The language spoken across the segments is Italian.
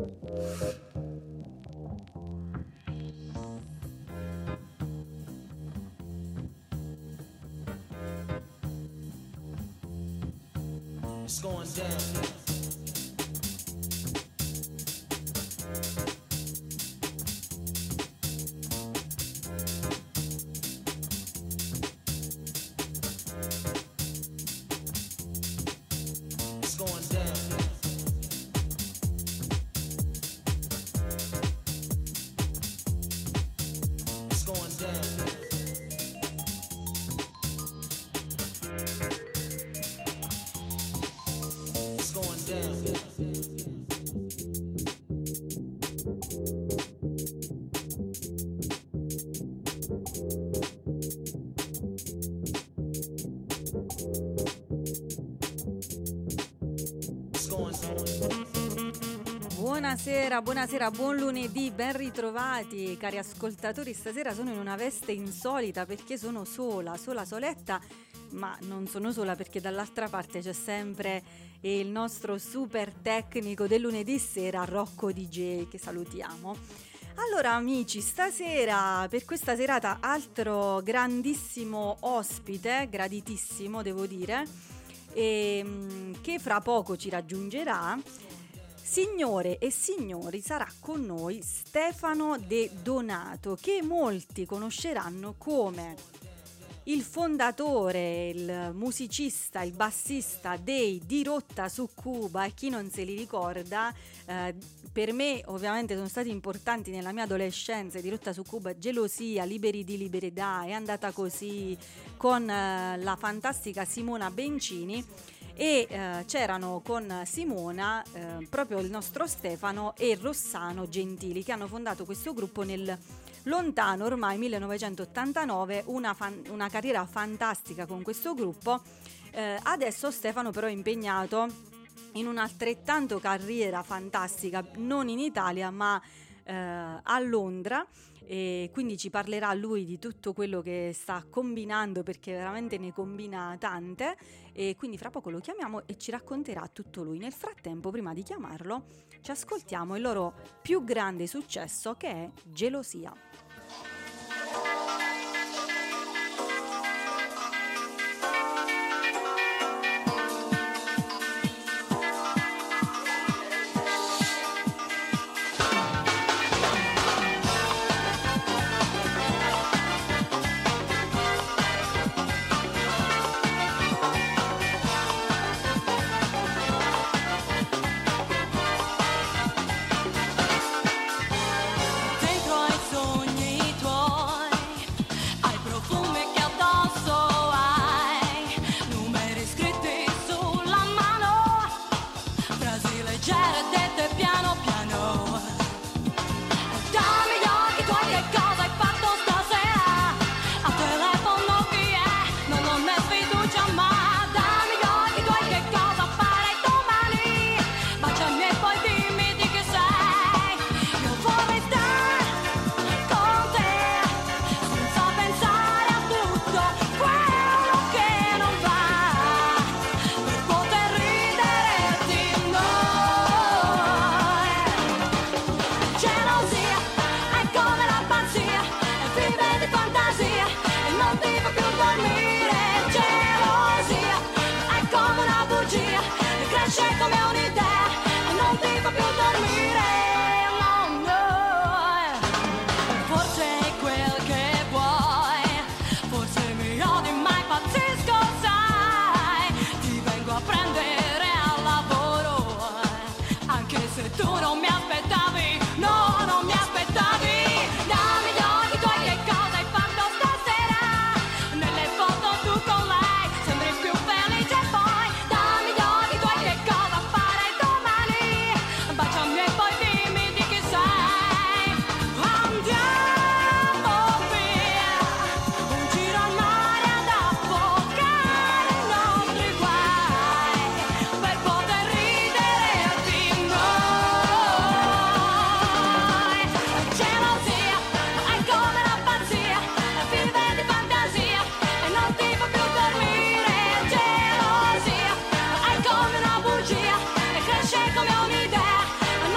It's going down. Buonasera, buon lunedì, ben ritrovati cari ascoltatori. Stasera sono in una veste insolita perché sono soletta, ma non sono sola perché dall'altra parte c'è sempre il nostro super tecnico del lunedì sera, Rocco DJ, che salutiamo. Allora amici, stasera per questa serata altro grandissimo ospite, graditissimo devo dire, che fra poco ci raggiungerà. Signore e signori, sarà con noi Stefano De Donato, che molti conosceranno come il fondatore, il musicista, il bassista dei Dirotta su Cuba, e chi non se li ricorda, per me ovviamente sono stati importanti nella mia adolescenza. Dirotta su Cuba, Gelosia, Liberi di Libertà, È andata così, con la fantastica Simona Bencini. E c'erano con Simona proprio il nostro Stefano e Rossano Gentili, che hanno fondato questo gruppo nel lontano ormai 1989, una carriera fantastica con questo gruppo. Adesso Stefano però è impegnato in un'altrettanto carriera fantastica, non in Italia ma a Londra, e quindi ci parlerà lui di tutto quello che sta combinando, perché veramente ne combina tante, e quindi fra poco lo chiamiamo e ci racconterà tutto lui. Nel frattempo, prima di chiamarlo, ci ascoltiamo il loro più grande successo, che è Gelosia. Poter ridere di noi.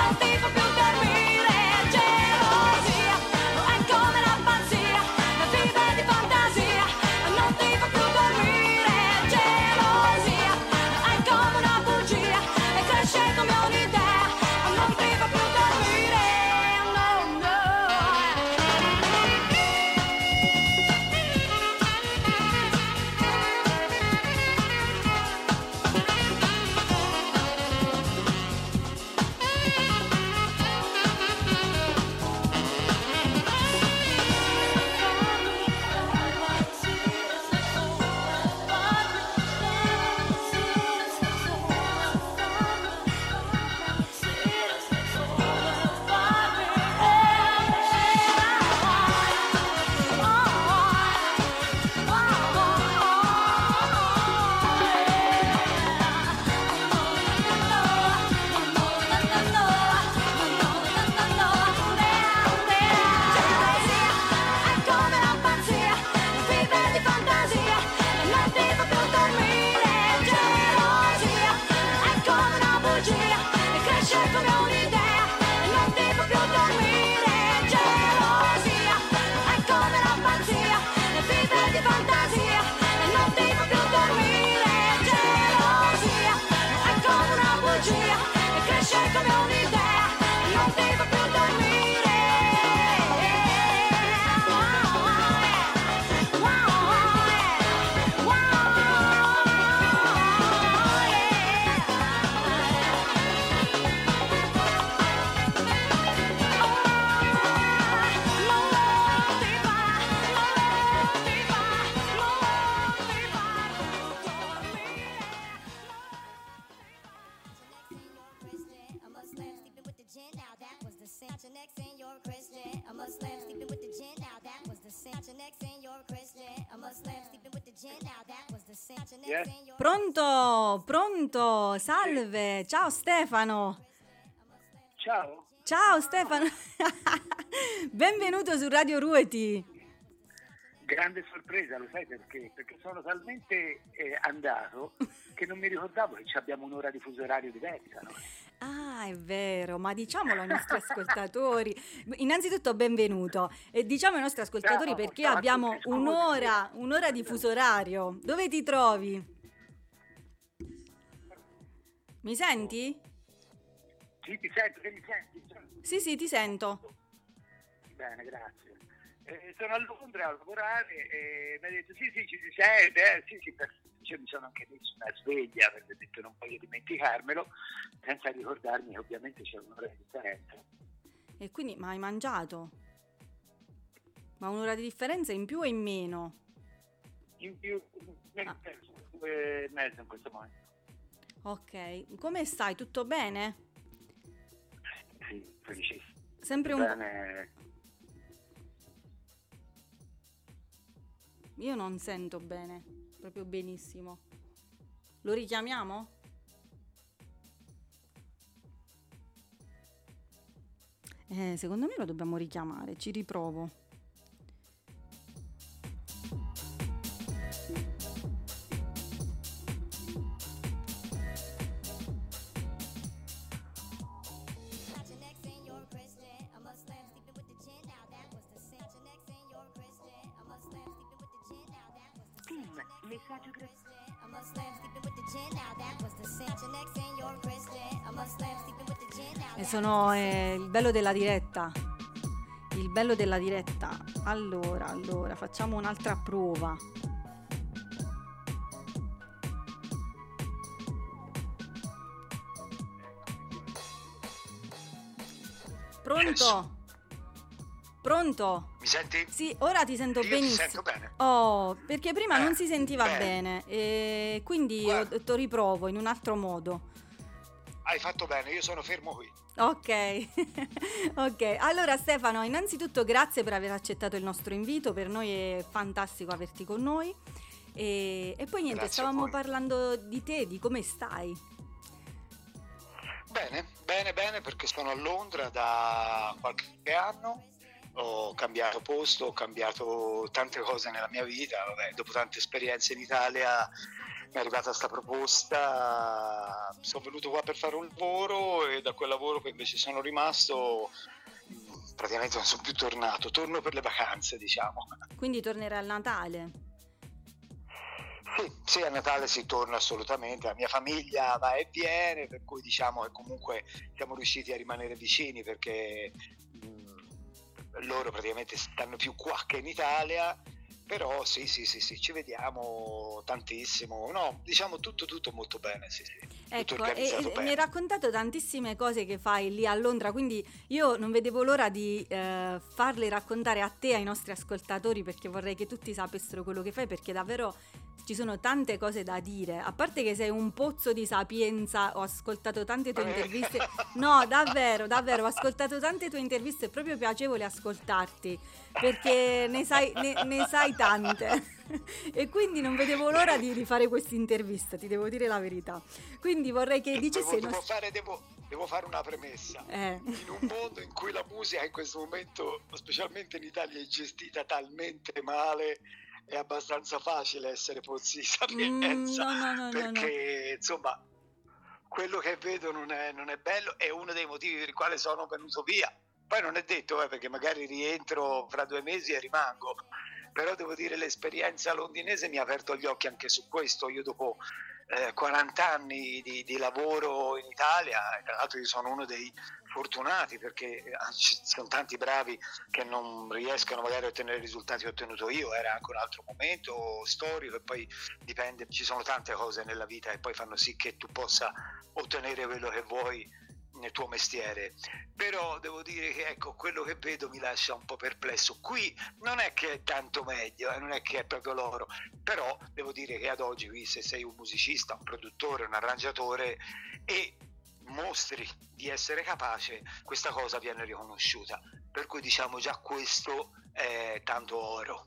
non ti fa più dormire, gelosia, è come la pazzia, la vita di fantasia, non ti fa più dormire, gelosia, è come una bugia, e cresce come un'idea, non ti fa più dormire, no, no. Pronto, pronto, salve, ciao Stefano. Ciao. Ciao Stefano, benvenuto su Radio Ruoti. Grande sorpresa, lo sai perché? Perché sono talmente andato che non mi ricordavo che abbiamo un'ora di fuso orario diversa, no? Ah, è vero, ma diciamolo ai nostri ascoltatori. Innanzitutto benvenuto e diciamo ai nostri ascoltatori perché abbiamo un'ora di fuso orario. Dove ti trovi? Mi senti? Sì, ti sento, che mi senti? Sì, ti sento. Bene, grazie. Sono a Londra a lavorare e mi ha detto sì, ci si sente, sì, mi sono anche messo una sveglia perché ho detto non voglio dimenticarmelo, senza ricordarmi che ovviamente c'è un'ora di differenza. E quindi, ma hai mangiato? Ma un'ora di differenza in più o in meno? In più, 2:30 in questo momento. Ok, come stai? Tutto bene? Sì, felicissimo. Sempre bene. Io non sento bene, proprio benissimo. Lo richiamiamo? Secondo me lo dobbiamo richiamare, ci riprovo. E sono il bello della diretta. Il bello della diretta. Allora, facciamo un'altra prova. Pronto? Pronto? Mi senti? Sì, ora ti sento benissimo. Ti sento bene. Oh, perché prima non si sentiva bene. E quindi ho detto riprovo in un altro modo. Hai fatto bene, io sono fermo qui. Ok, ok. Allora Stefano, innanzitutto grazie per aver accettato il nostro invito, per noi è fantastico averti con noi. E poi niente, Grazie stavamo parlando di te, di come stai. Bene, perché sono a Londra da qualche anno. Ho cambiato posto, ho cambiato tante cose nella mia vita, dopo tante esperienze in Italia mi è arrivata sta proposta, sono venuto qua per fare un lavoro e da quel lavoro che invece sono rimasto praticamente non sono più tornato, torno per le vacanze, diciamo. Quindi tornerai al Natale? Sì, a Natale si torna assolutamente, la mia famiglia va e viene, per cui diciamo che comunque siamo riusciti a rimanere vicini perché loro praticamente stanno più qua che in Italia, però sì, ci vediamo tantissimo, no, diciamo tutto molto bene, sì. Ecco, e mi hai raccontato tantissime cose che fai lì a Londra, quindi io non vedevo l'ora di farle raccontare a te, ai nostri ascoltatori, perché vorrei che tutti sapessero quello che fai, perché davvero ci sono tante cose da dire, a parte che sei un pozzo di sapienza, ho ascoltato tante tue interviste, no, davvero, ho ascoltato tante tue interviste, è proprio piacevole ascoltarti, perché ne sai tante. E quindi non vedevo l'ora di rifare questa intervista, ti devo dire la verità. Quindi vorrei che dicessi... Devo fare una premessa. In un mondo in cui la musica in questo momento, specialmente in Italia, è gestita talmente male, è abbastanza facile essere pozzi di sapienza, perché insomma quello che vedo non è bello, è uno dei motivi per i quali sono venuto via. Poi non è detto, perché magari rientro fra 2 mesi e rimango, però devo dire l'esperienza londinese mi ha aperto gli occhi anche su questo. Io dopo 40 anni di lavoro in Italia, tra l'altro io sono uno dei fortunati perché ci sono tanti bravi che non riescono magari a ottenere i risultati che ho ottenuto io, era anche un altro momento storico e poi dipende, ci sono tante cose nella vita che poi fanno sì che tu possa ottenere quello che vuoi nel tuo mestiere, però devo dire che ecco, quello che vedo mi lascia un po' perplesso. Qui non è che è tanto meglio, non è che è proprio l'oro, però devo dire che ad oggi qui se sei un musicista, un produttore, un arrangiatore e mostri di essere capace, questa cosa viene riconosciuta, per cui diciamo già questo è tanto oro.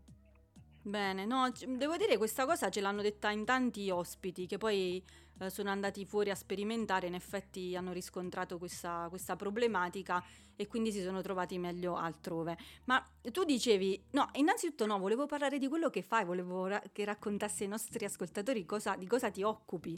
Bene, no, devo dire questa cosa ce l'hanno detta in tanti ospiti che poi sono andati fuori a sperimentare, in effetti hanno riscontrato questa problematica e quindi si sono trovati meglio altrove. Ma tu dicevi, no, innanzitutto no, volevo parlare di quello che fai, volevo che raccontassi ai nostri ascoltatori di cosa ti occupi.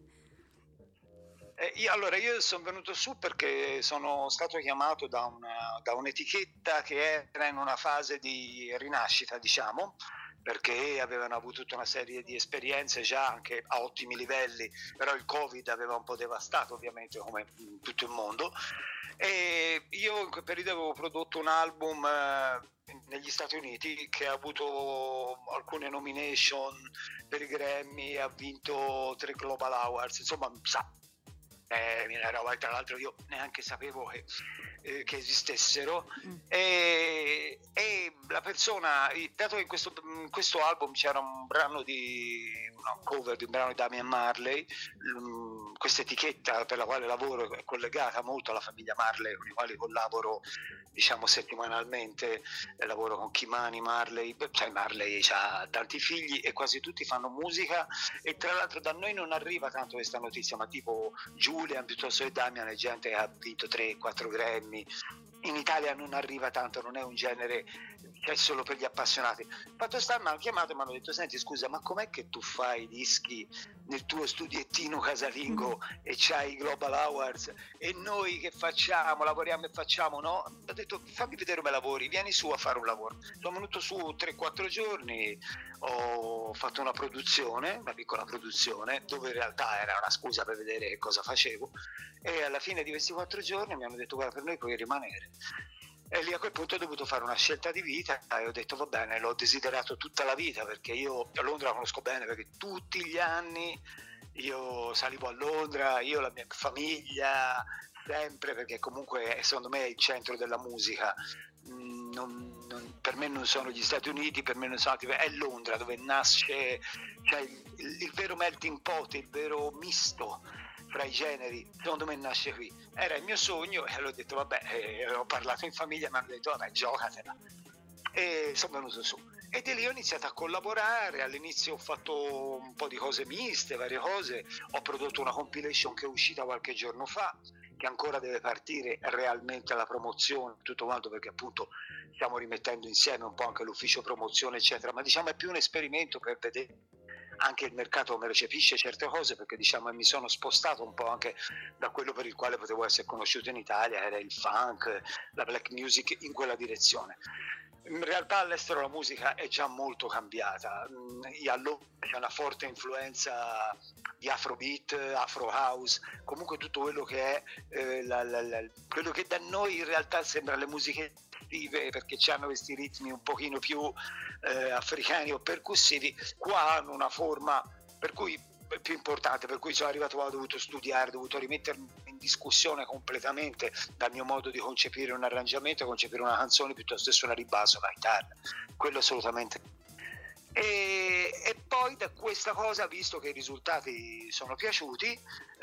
Io sono venuto su perché sono stato chiamato da un'etichetta che era in una fase di rinascita, diciamo, perché avevano avuto tutta una serie di esperienze già anche a ottimi livelli, però il Covid aveva un po' devastato ovviamente come in tutto il mondo, e io in quel periodo avevo prodotto un album negli Stati Uniti che ha avuto alcune nomination per i Grammy, ha vinto 3 Global Awards, insomma tra l'altro io neanche sapevo che esistessero, e la persona, dato che in questo album c'era un brano una cover di un brano di Damian Marley, questa etichetta per la quale lavoro è collegata molto alla famiglia Marley, con i quali collaboro diciamo settimanalmente, lavoro con Kimani Marley, Marley ha tanti figli e quasi tutti fanno musica, e tra l'altro da noi non arriva tanto questa notizia, ma tipo Julian piuttosto che Damian è gente che ha vinto 3-4 Grammy, in Italia non arriva tanto, non è un genere che è solo per gli appassionati. Fatto sta, mi hanno chiamato e mi hanno detto: senti scusa, ma com'è che tu fai dischi nel tuo studiettino casalingo e c'hai i Global Awards e noi che facciamo, lavoriamo e facciamo, no? Ho detto: fammi vedere come lavori, vieni su a fare un lavoro. Sono venuto su 3-4 giorni, ho fatto una piccola produzione, dove in realtà era una scusa per vedere che cosa facevo, e alla fine di questi 4 giorni mi hanno detto: guarda, per noi puoi rimanere. E lì a quel punto ho dovuto fare una scelta di vita e ho detto: va bene, l'ho desiderato tutta la vita, perché io a Londra la conosco bene, perché tutti gli anni io salivo a Londra, io, la mia famiglia, sempre, perché comunque secondo me è il centro della musica. Per me non sono gli Stati Uniti, per me non sono è Londra dove nasce, cioè il vero melting pot, il vero misto fra i generi, secondo me nasce qui. Era il mio sogno e allora ho detto vabbè, ho parlato in famiglia e mi hanno detto vabbè, giocatela, e sono venuto su e di lì ho iniziato a collaborare. All'inizio ho fatto un po' di cose miste, varie cose, ho prodotto una compilation che è uscita qualche giorno fa, che ancora deve partire realmente la promozione, tutto quanto, perché appunto stiamo rimettendo insieme un po' anche l'ufficio promozione eccetera, ma diciamo è più un esperimento per vedere anche il mercato mi recepisce certe cose, perché diciamo mi sono spostato un po' anche da quello per il quale potevo essere conosciuto in Italia, era il funk, la black music, in quella direzione. In realtà all'estero la musica è già molto cambiata, allora c'è una forte influenza di Afrobeat, Afro House, comunque tutto quello che è quello che da noi in realtà sembra le musiche estive, perché hanno questi ritmi un pochino più africani o percussivi, qua hanno una forma per cui più importante, per cui sono arrivato, ho dovuto studiare, ho dovuto rimettermi in discussione completamente dal mio modo di concepire un arrangiamento, concepire una canzone piuttosto che suonare il basso, la chitarra, quello assolutamente. E poi da questa cosa, visto che i risultati sono piaciuti,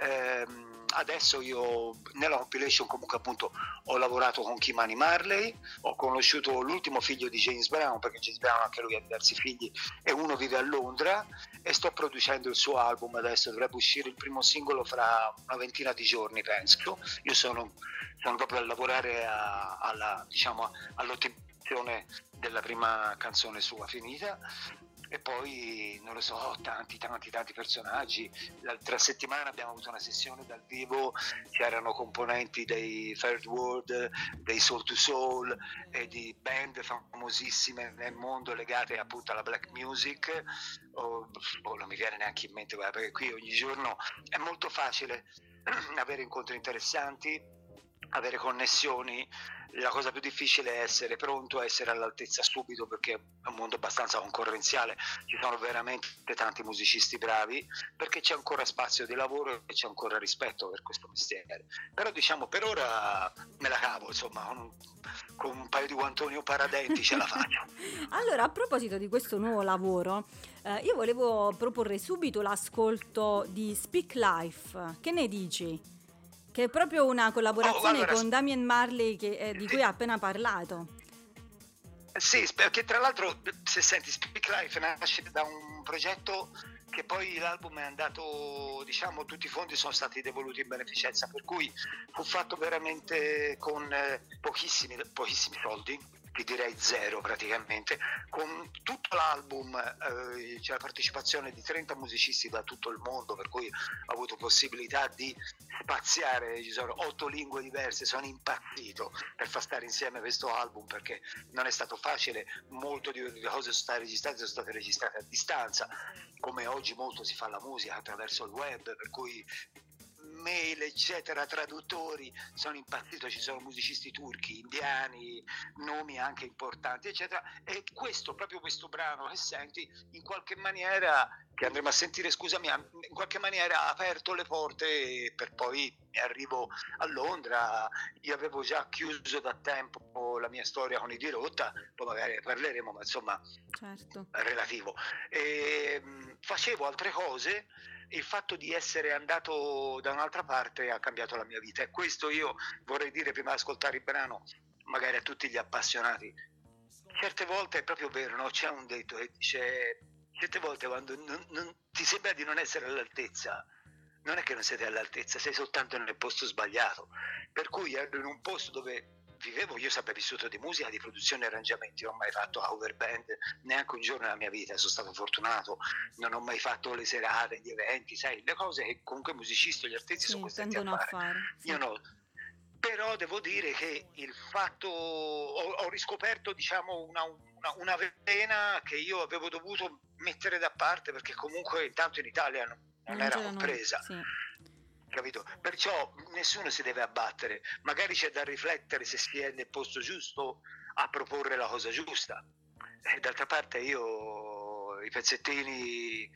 adesso io nella compilation comunque appunto ho lavorato con Ky-Mani Marley, ho conosciuto l'ultimo figlio di James Brown, perché James Brown anche lui ha diversi figli e uno vive a Londra, e sto producendo il suo album adesso, dovrebbe uscire il primo singolo fra una ventina di giorni penso. Io sono proprio a lavorare all'ottimizzazione della prima canzone sua finita, e poi non lo so, tanti personaggi. L'altra settimana abbiamo avuto una sessione dal vivo, c'erano componenti dei Third World, dei Soul to Soul e di band famosissime nel mondo legate appunto alla black music. Non mi viene neanche in mente, guarda, perché qui ogni giorno è molto facile avere incontri interessanti, avere connessioni. La cosa più difficile è essere pronto, essere all'altezza subito, perché è un mondo abbastanza concorrenziale, ci sono veramente tanti musicisti bravi, perché c'è ancora spazio di lavoro e c'è ancora rispetto per questo mestiere. Però diciamo per ora me la cavo, insomma, con un paio di guantoni o paradenti ce la faccio. Allora, a proposito di questo nuovo lavoro, io volevo proporre subito l'ascolto di Speak Life. Che ne dici? Che è proprio una collaborazione con Damian Marley di cui ha appena parlato. Sì, perché tra l'altro, se senti, Speak Life nasce da un progetto che poi l'album è andato, diciamo, tutti i fondi sono stati devoluti in beneficenza, per cui fu fatto veramente con pochissimi soldi, ti direi zero praticamente, con tutto l'album. C'è la partecipazione di 30 musicisti da tutto il mondo, per cui ho avuto possibilità di spaziare, ci sono 8 lingue diverse, sono impazzito per far stare insieme questo album, perché non è stato facile, molto di cose sono state registrate a distanza, come oggi molto si fa la musica attraverso il web, per cui mail eccetera, traduttori, sono impazzito, ci sono musicisti turchi, indiani, nomi anche importanti eccetera, e proprio questo brano che senti in qualche maniera, che andremo a sentire, scusami, in qualche maniera ha aperto le porte per poi arrivo a Londra. Io avevo già chiuso da tempo la mia storia con i Dirotta, poi magari parleremo, ma insomma certo, relativo, e facevo altre cose. Il fatto di essere andato da un'altra parte ha cambiato la mia vita, e questo io vorrei dire prima di ascoltare il brano, magari a tutti gli appassionati. Certe volte è proprio vero, no? C'è un detto che dice: certe volte quando non ti sembra di non essere all'altezza, non è che non siete all'altezza, sei soltanto nel posto sbagliato. Per cui ero in un posto dove vivevo, io sempre vissuto di musica, di produzione e arrangiamenti, non ho mai fatto cover band neanche un giorno nella mia vita, sono stato fortunato, non ho mai fatto le serate, gli eventi, sai, le cose che comunque i musicisti e gli artisti sono costretti a fare. Sì. Io no. Però devo dire che il fatto, ho riscoperto, diciamo, una vena che io avevo dovuto mettere da parte, perché comunque intanto in Italia non era compresa. Sì. Capito? Perciò nessuno si deve abbattere, magari c'è da riflettere se si è nel posto giusto a proporre la cosa giusta. D'altra parte io i pezzettini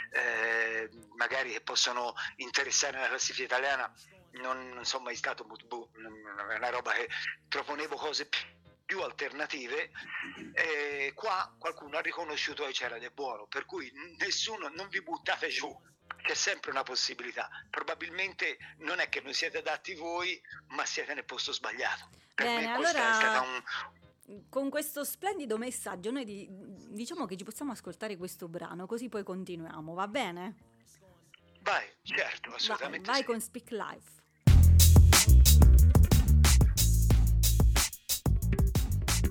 magari che possono interessare la classifica italiana non sono mai stato è una roba che proponevo cose più alternative, e qua qualcuno ha riconosciuto che c'era del buono, per cui nessuno, non vi buttate giù, c'è sempre una possibilità. Probabilmente non è che non siete adatti voi, ma siete nel posto sbagliato. Per Bene, me allora, è stata con questo splendido messaggio noi diciamo che ci possiamo ascoltare questo brano, così poi continuiamo, va bene? Vai, certo, assolutamente. Vai sì. con Speak Life.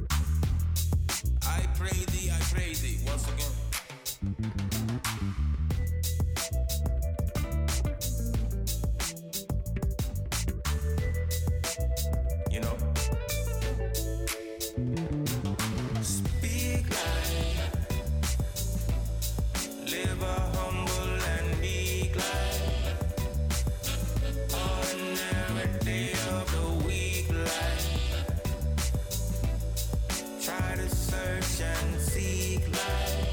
I pray thee once again. day of the week like? Try to search and seek like.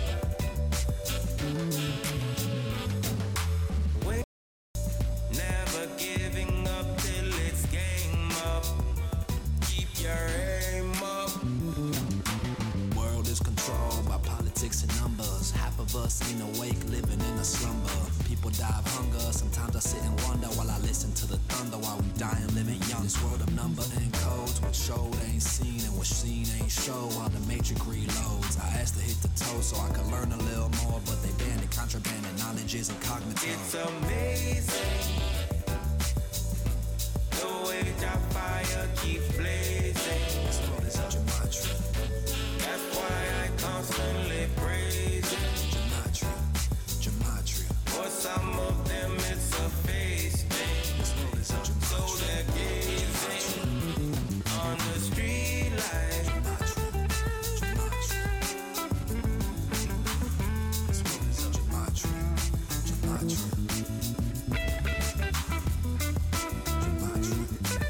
Wait, never giving up till it's game up. Keep your aim up. World is controlled by politics and numbers. Half of us ain't awake, living in a slumber. People die of hunger. Sometimes I sit and wonder while I listen to the thunder while we dying, living young. This world of number and codes, what showed ain't seen and what seen ain't show. While the matrix reloads, I asked to hit the toe so I could learn a little more, but they banned it, contraband and knowledge isn't cognitive. It's amazing the way that fire keeps blazing. This world is such a gematria. That's why I constantly praise it. Gematria, gematria. For some of them it's a face thing. This world is such a So gematria. they're gazing on the street light. Gematria, gematria. This world is such a gematria. Gematria. Gematria,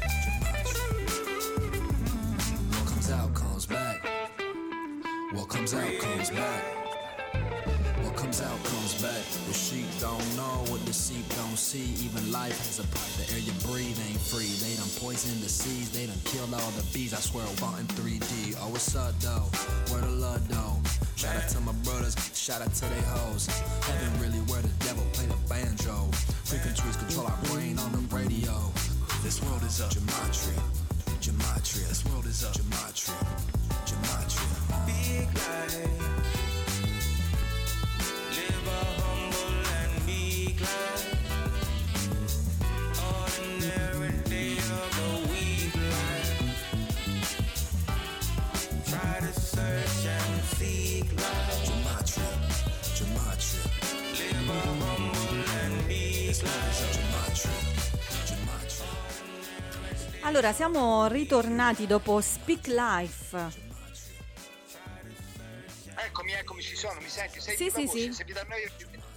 gematria. What comes out comes back. What comes out comes back. What comes out comes back. The sheep don't know what the sheep don't see. Even life has a price. The air you breathe ain't free. They done poisoned the seas. They done killed all the bees. I swear I want in 3D. Oh, what's up though? Where the love though? Shout out to my brothers. Shout out to they hoes. Heaven really where the devil play the banjo. Frequencies control our brain on the radio. This world is a gematria. Gematria. This world is a gematria. Gematria. Big life. Live a humble and meek life. Ordinary day of the week life. Try to search and seek life. Gematria. Gematria. Live a humble and meek This world is a life. gematria. Gematria. Allora, siamo ritornati dopo Speak Life. Eccomi, ci sono, mi senti? Sei Sì, viva sì, voce? sì. Se vi da noi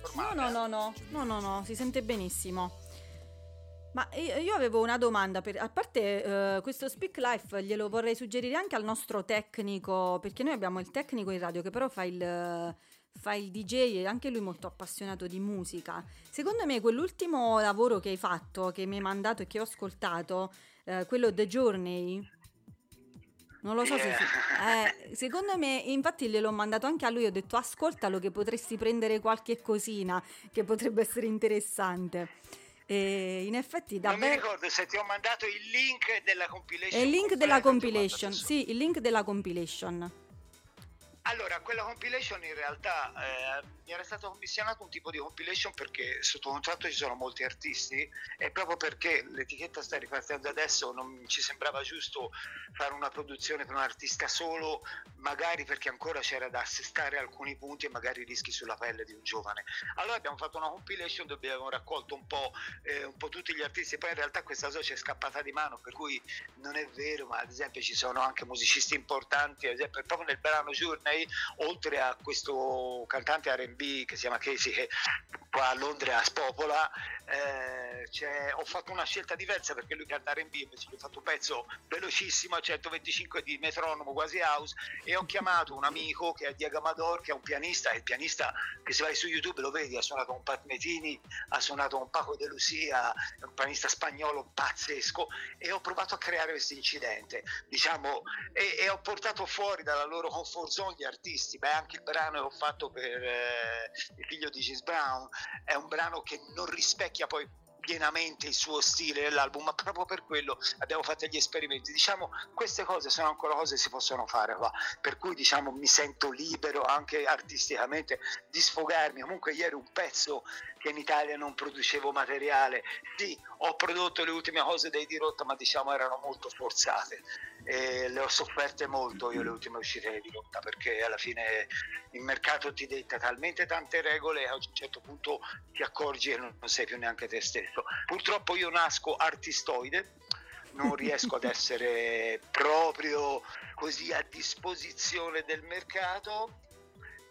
No, si sente benissimo. Ma io avevo una domanda, a parte questo Speak Life glielo vorrei suggerire anche al nostro tecnico, perché noi abbiamo il tecnico in radio che però fa il DJ e anche lui molto appassionato di musica. Secondo me quell'ultimo lavoro che hai fatto, che mi hai mandato e che ho ascoltato, quello The Journey, non lo so se secondo me, infatti gliel'ho mandato anche a lui, ho detto ascoltalo che potresti prendere qualche cosina che potrebbe essere interessante. E in effetti Non mi davvero ricordo se ti ho mandato il link della compilation. è il link della completa, compilation, sì, il link della compilation. Allora, quella compilation in realtà mi era stato commissionato un tipo di compilation perché sotto contratto ci sono molti artisti e proprio perché l'etichetta sta ripartendo adesso non ci sembrava giusto fare una produzione per un artista solo, magari perché ancora c'era da assestare alcuni punti e magari rischi sulla pelle di un giovane. Allora abbiamo fatto una compilation dove abbiamo raccolto un po' tutti gli artisti, poi in realtà questa cosa ci è scappata di mano, per cui non è vero, ma ad esempio ci sono anche musicisti importanti, ad esempio proprio nel brano Journey, oltre a questo cantante R&B che si chiama Casey, che qua a Londra spopola, ho fatto una scelta diversa perché lui canta R&B, invece gli ho fatto un pezzo velocissimo a 125 di metronomo, quasi house, e ho chiamato un amico che è Diego Amador, che è un pianista, e il pianista che se vai su YouTube lo vedi, ha suonato un Pat Metini, ha suonato un Paco de Lucia, è un pianista spagnolo pazzesco, e ho provato a creare questo incidente, diciamo, e ho portato fuori dalla loro comfort zone gli artisti. Beh, anche il brano che ho fatto per il figlio di James Brown è un brano che non rispecchia poi pienamente il suo stile nell'album, ma proprio per quello abbiamo fatto gli esperimenti. Diciamo, queste cose sono ancora cose che si possono fare qua, per cui diciamo mi sento libero anche artisticamente di sfogarmi. Comunque ieri un pezzo che in Italia non producevo materiale, sì, ho prodotto le ultime cose dei Dirotta, ma diciamo erano molto forzate e le ho sofferte molto io le ultime uscite di Dirotta, perché alla fine il mercato ti detta talmente tante regole che a un certo punto ti accorgi che non sei più neanche te stesso. Purtroppo io nasco artistoide, non riesco ad essere proprio così a disposizione del mercato,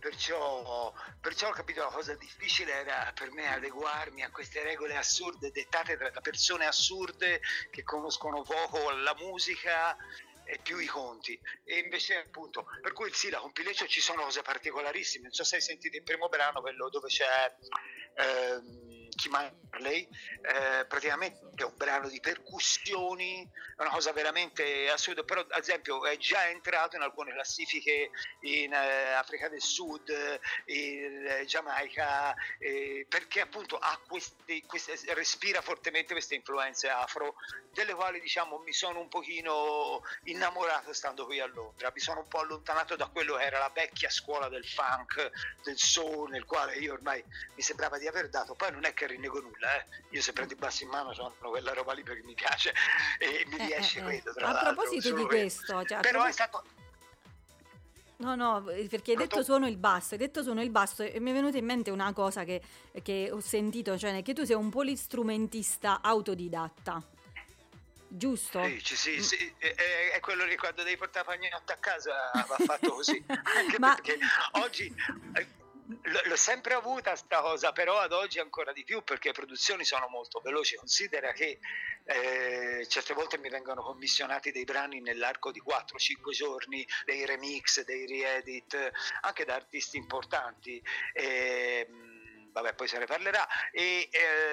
Perciò ho capito, la cosa difficile era per me adeguarmi a queste regole assurde dettate da persone assurde che conoscono poco la musica e più i conti. E invece appunto, per cui sì, la compilation ci sono cose particolarissime. Non so se hai sentito il primo brano, quello dove c'è Key Marley, praticamente è un brano di percussioni, è una cosa veramente assurda, però ad esempio è già entrato in alcune classifiche in Africa del Sud, in Giamaica, perché appunto ha respira fortemente queste influenze afro, delle quali diciamo mi sono un pochino innamorato stando qui a Londra. Mi sono un po' allontanato da quello che era la vecchia scuola del funk, del soul, nel quale io ormai mi sembrava di aver dato. Poi non è che rinnego nulla, io se prendo il basso in mano sono quella roba lì perché mi piace e mi riesce quello, tra a l'altro. Proposito di questo, cioè, però è stato... No, perché hai detto suono il basso e mi è venuta in mente una cosa che ho sentito, cioè che tu sei un polistrumentista autodidatta, giusto? Sì, è quello che quando devi portare la pagnotta a casa va fatto così, anche Ma... perché oggi... L'ho sempre avuta sta cosa, però ad oggi ancora di più, perché le produzioni sono molto veloci. Considera che certe volte mi vengono commissionati dei brani nell'arco di 4-5 giorni, dei remix, dei re-edit, anche da artisti importanti, vabbè, poi se ne parlerà, e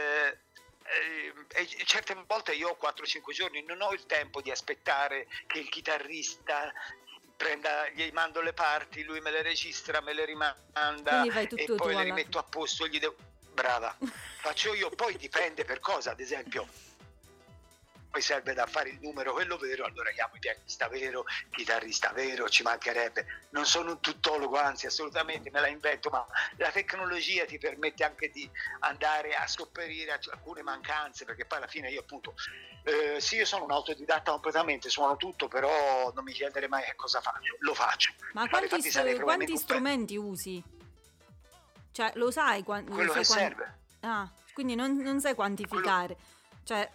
certe volte io ho 4-5 giorni, non ho il tempo di aspettare che il chitarrista gli mando le parti, lui me le registra, me le rimanda e poi le rimetto a posto, brava, faccio io. Poi dipende per cosa, ad esempio poi serve da fare il numero quello vero, allora chiamo il pianista vero, il chitarrista vero, ci mancherebbe. Non sono un tuttologo, anzi assolutamente me la invento, ma la tecnologia ti permette anche di andare a sopperire a alcune mancanze, perché poi alla fine io appunto sì, io sono un autodidatta completamente, suono tutto, però non mi chiedere mai che cosa faccio, lo faccio. Ma quanti strumenti usi? Cioè lo sai quello che serve. Ah, quindi non sai quantificare. Cioè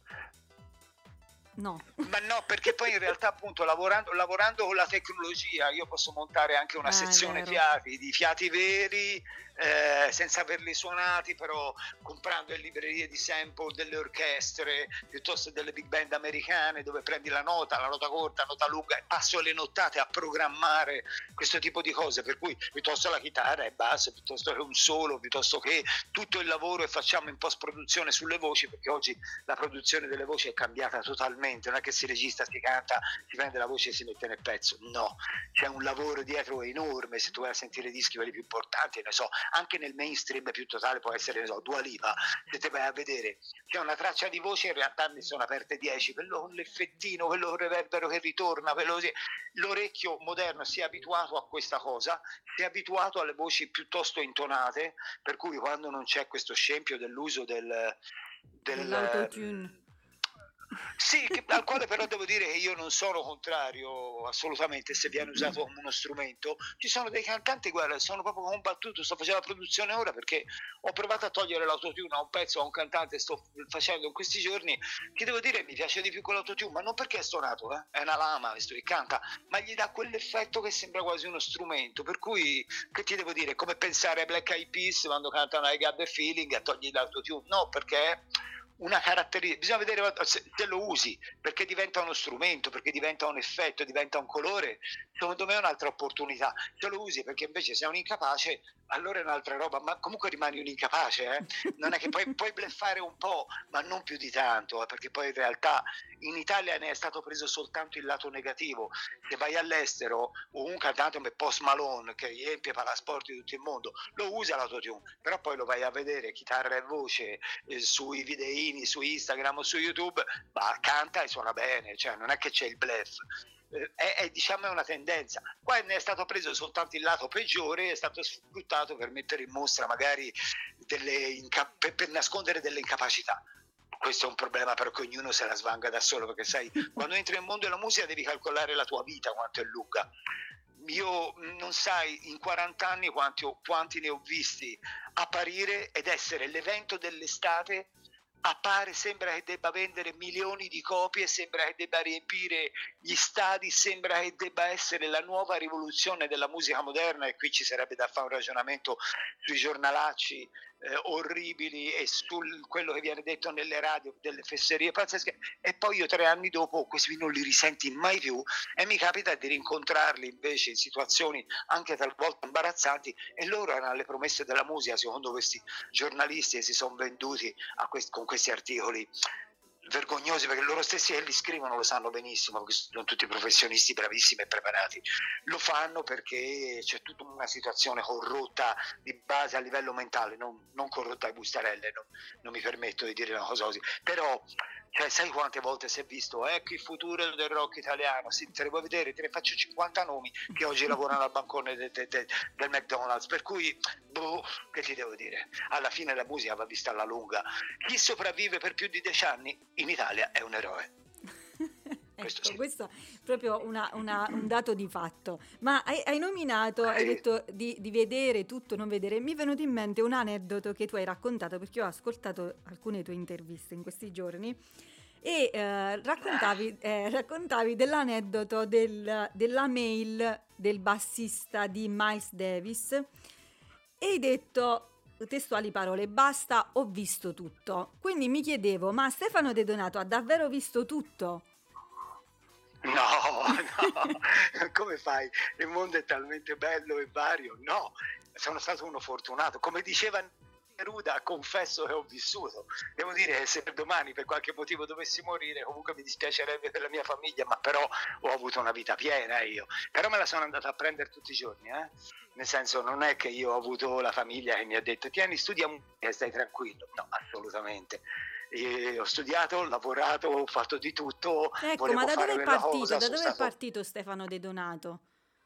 no. Ma no, perché poi in realtà appunto lavorando con la tecnologia io posso montare anche una sezione fiati, di fiati veri, senza averli suonati, però comprando in librerie di sample delle orchestre piuttosto delle big band americane, dove prendi la nota corta, la nota lunga e passo le nottate a programmare questo tipo di cose, per cui piuttosto la chitarra e basso, piuttosto che un solo, piuttosto che tutto il lavoro che facciamo in post produzione sulle voci, perché oggi la produzione delle voci è cambiata totalmente, non è che si registra, si canta, si prende la voce e si mette nel pezzo, no, c'è un lavoro dietro enorme. Se tu vai a sentire i dischi quelli più importanti, ne so, anche nel mainstream più totale può essere, ne so, Dua Lipa, se te vai a vedere c'è una traccia di voce, in realtà ne sono aperte 10, quello con l'effettino, quello con il reverbero che ritorna, quello così. L'orecchio moderno si è abituato a questa cosa, si è abituato alle voci piuttosto intonate, per cui quando non c'è questo scempio dell'uso dell'autotune, sì, al quale però devo dire che io non sono contrario assolutamente se viene usato come uno strumento. Ci sono dei cantanti, guarda, sono proprio combattuto, sto facendo la produzione ora perché ho provato a togliere l'autotune a un pezzo, a un cantante, sto facendo in questi giorni, che devo dire mi piace di più con l'autotune, ma non perché è stonato, è una lama questo che canta, ma gli dà quell'effetto che sembra quasi uno strumento, per cui che ti devo dire, è come pensare ai Black Eyed Peas quando cantano I Got the Feeling e togli l'autotune, no, perché una caratteristica, bisogna vedere se lo usi, perché diventa uno strumento, perché diventa un effetto, diventa un colore. Secondo me è un'altra opportunità. Se lo usi perché invece sei un incapace, allora è un'altra roba, ma comunque rimani un incapace, non è che puoi bluffare un po', ma non più di tanto, perché poi in realtà in Italia ne è stato preso soltanto il lato negativo. Se vai all'estero, o un cantante come Post Malone che riempie palasport di tutto il mondo lo usa l'autotune, però poi lo vai a vedere chitarra e voce sui videini, su Instagram o su YouTube, ma canta e suona bene, cioè non è che c'è il bluff. Diciamo è una tendenza. Qua ne è stato preso soltanto il lato peggiore, è stato sfruttato per mettere in mostra magari per nascondere delle incapacità. Questo è un problema, però che ognuno se la svanga da solo, perché sai, quando entri nel mondo della musica devi calcolare la tua vita quanto è lunga. Io non sai in 40 anni quanti ne ho visti apparire ed essere l'evento dell'estate sembra che debba vendere milioni di copie, sembra che debba riempire gli stadi, sembra che debba essere la nuova rivoluzione della musica moderna, e qui ci sarebbe da fare un ragionamento sui giornalacci orribili e su quello che viene detto nelle radio, delle fesserie pazzesche, e poi io 3 anni dopo questi non li risenti mai più, e mi capita di rincontrarli invece in situazioni anche talvolta imbarazzanti, e loro erano le promesse della musica secondo questi giornalisti, e si sono venduti con questi articoli vergognosi, perché loro stessi che li scrivono lo sanno benissimo, perché sono tutti professionisti bravissimi e preparati. Lo fanno perché c'è tutta una situazione corrotta di base a livello mentale, non corrotta ai bustarelle, non mi permetto di dire una cosa così, però sai quante volte si è visto ecco il futuro del rock italiano, te ne vuoi vedere, te ne faccio 50 nomi che oggi lavorano al bancone del McDonald's, per cui che ti devo dire, alla fine la musica va vista alla lunga. Chi sopravvive per più di 10 anni in Italia è un eroe. Questo è proprio un dato di fatto. Ma hai nominato, hai detto di vedere tutto, non vedere. Mi è venuto in mente un aneddoto che tu hai raccontato, perché ho ascoltato alcune tue interviste in questi giorni, e raccontavi dell'aneddoto della mail del bassista di Miles Davis, e hai detto, testuali parole, basta, ho visto tutto. Quindi mi chiedevo, ma Stefano De Donato ha davvero visto tutto? No, come fai? Il mondo è talmente bello e vario. No, sono stato uno fortunato. Come diceva Neruda, confesso che ho vissuto. Devo dire che se per domani per qualche motivo dovessi morire, comunque mi dispiacerebbe per la mia famiglia, ma però ho avuto una vita piena io. Però me la sono andata a prendere tutti i giorni, Nel senso, non è che io ho avuto la famiglia che mi ha detto tieni, studia e stai tranquillo. No, assolutamente. Ho studiato, ho lavorato, ho fatto di tutto. Ecco, ma da dove è partito? Da dove è partito Stefano De Donato?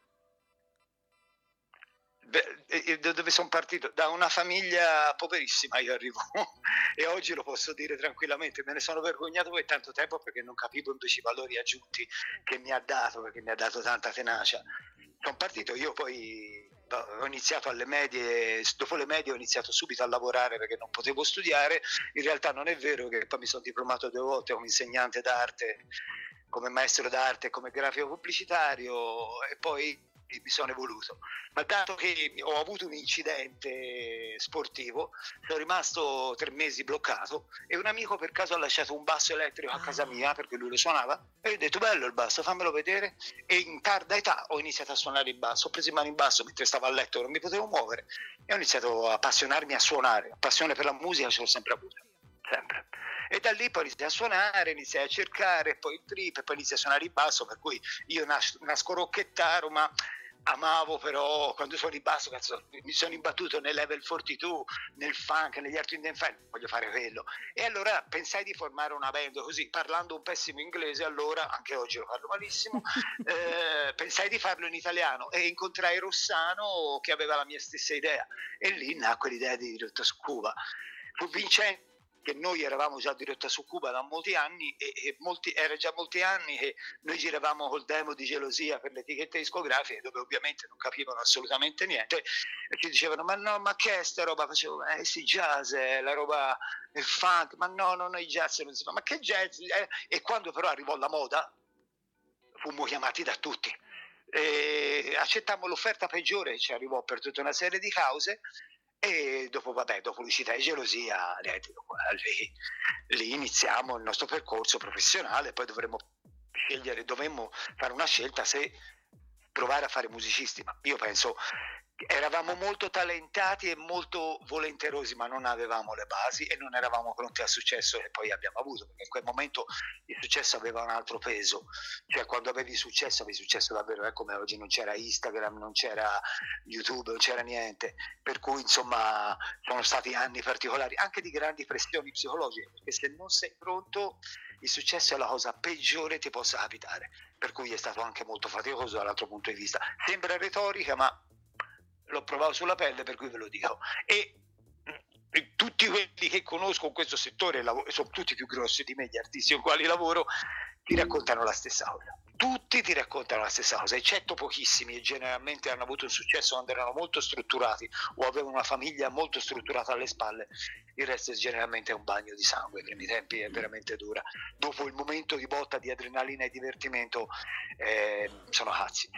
Da dove sono partito? Da una famiglia poverissima io arrivo e oggi lo posso dire tranquillamente, me ne sono vergognato per tanto tempo perché non capivo invece i valori aggiunti che mi ha dato, perché mi ha dato tanta tenacia. Sono partito, io poi ho iniziato alle medie, dopo le medie ho iniziato subito a lavorare perché non potevo studiare. In realtà non è vero che poi mi sono diplomato 2 volte come insegnante d'arte, come maestro d'arte, come grafico pubblicitario, e poi mi sono evoluto, ma dato che ho avuto un incidente sportivo sono rimasto 3 mesi bloccato, e un amico per caso ha lasciato un basso elettrico a casa mia perché lui lo suonava, e io ho detto bello il basso, fammelo vedere, e in tarda età ho iniziato a suonare il basso, ho preso in mano il basso mentre stavo a letto, non mi potevo muovere, e ho iniziato a appassionarmi a suonare. Passione per la musica ce l'ho sempre avuta, sempre. E da lì poi iniziai a suonare, iniziai a cercare, poi il trip, e poi iniziai a suonare il basso, per cui io nasco rocchettaro, ma amavo però quando suoni il basso, cazzo, mi sono imbattuto nel level 42, nel funk, negli Earth, Wind & Fire, voglio fare quello. E allora pensai di formare una band, così, parlando un pessimo inglese allora, anche oggi lo parlo malissimo, pensai di farlo in italiano, e incontrai Rossano che aveva la mia stessa idea, e lì nacque l'idea di Diretta su Cuba. Fu vincente che noi eravamo già Diretta su Cuba da molti anni, era già molti anni che noi giravamo col demo di Gelosia per le etichette discografiche, dove ovviamente non capivano assolutamente niente, e ci dicevano ma no, ma che è sta roba? Facevo sì, jazz, la roba è funk, ma no, non è jazz, non si fa, ma che jazz? E quando però arrivò la moda fummo chiamati da tutti, accettammo l'offerta peggiore che ci arrivò per tutta una serie di cause. E dopo l'uscita di Gelosia lì iniziamo il nostro percorso professionale. Poi dovemmo fare una scelta se provare a fare musicisti, ma io penso eravamo molto talentati e molto volenterosi, ma non avevamo le basi e non eravamo pronti al successo che poi abbiamo avuto, perché in quel momento il successo aveva un altro peso, cioè quando avevi successo davvero, è come oggi, non c'era Instagram, non c'era YouTube, non c'era niente, per cui insomma sono stati anni particolari anche di grandi pressioni psicologiche, perché se non sei pronto il successo è la cosa peggiore che ti possa capitare, per cui è stato anche molto faticoso dall'altro punto di vista. Sembra retorica, ma l'ho provato sulla pelle, per cui ve lo dico. E tutti quelli che conosco in questo settore, sono tutti più grossi di me, gli artisti con quali lavoro, ti raccontano la stessa cosa. tutti ti raccontano la stessa cosa, eccetto pochissimi, e generalmente hanno avuto un successo quando erano molto strutturati o avevano una famiglia molto strutturata alle spalle. Il resto generalmente è un bagno di sangue, ai primi tempi è veramente dura. Dopo il momento di botta di adrenalina e divertimento sono cazzi.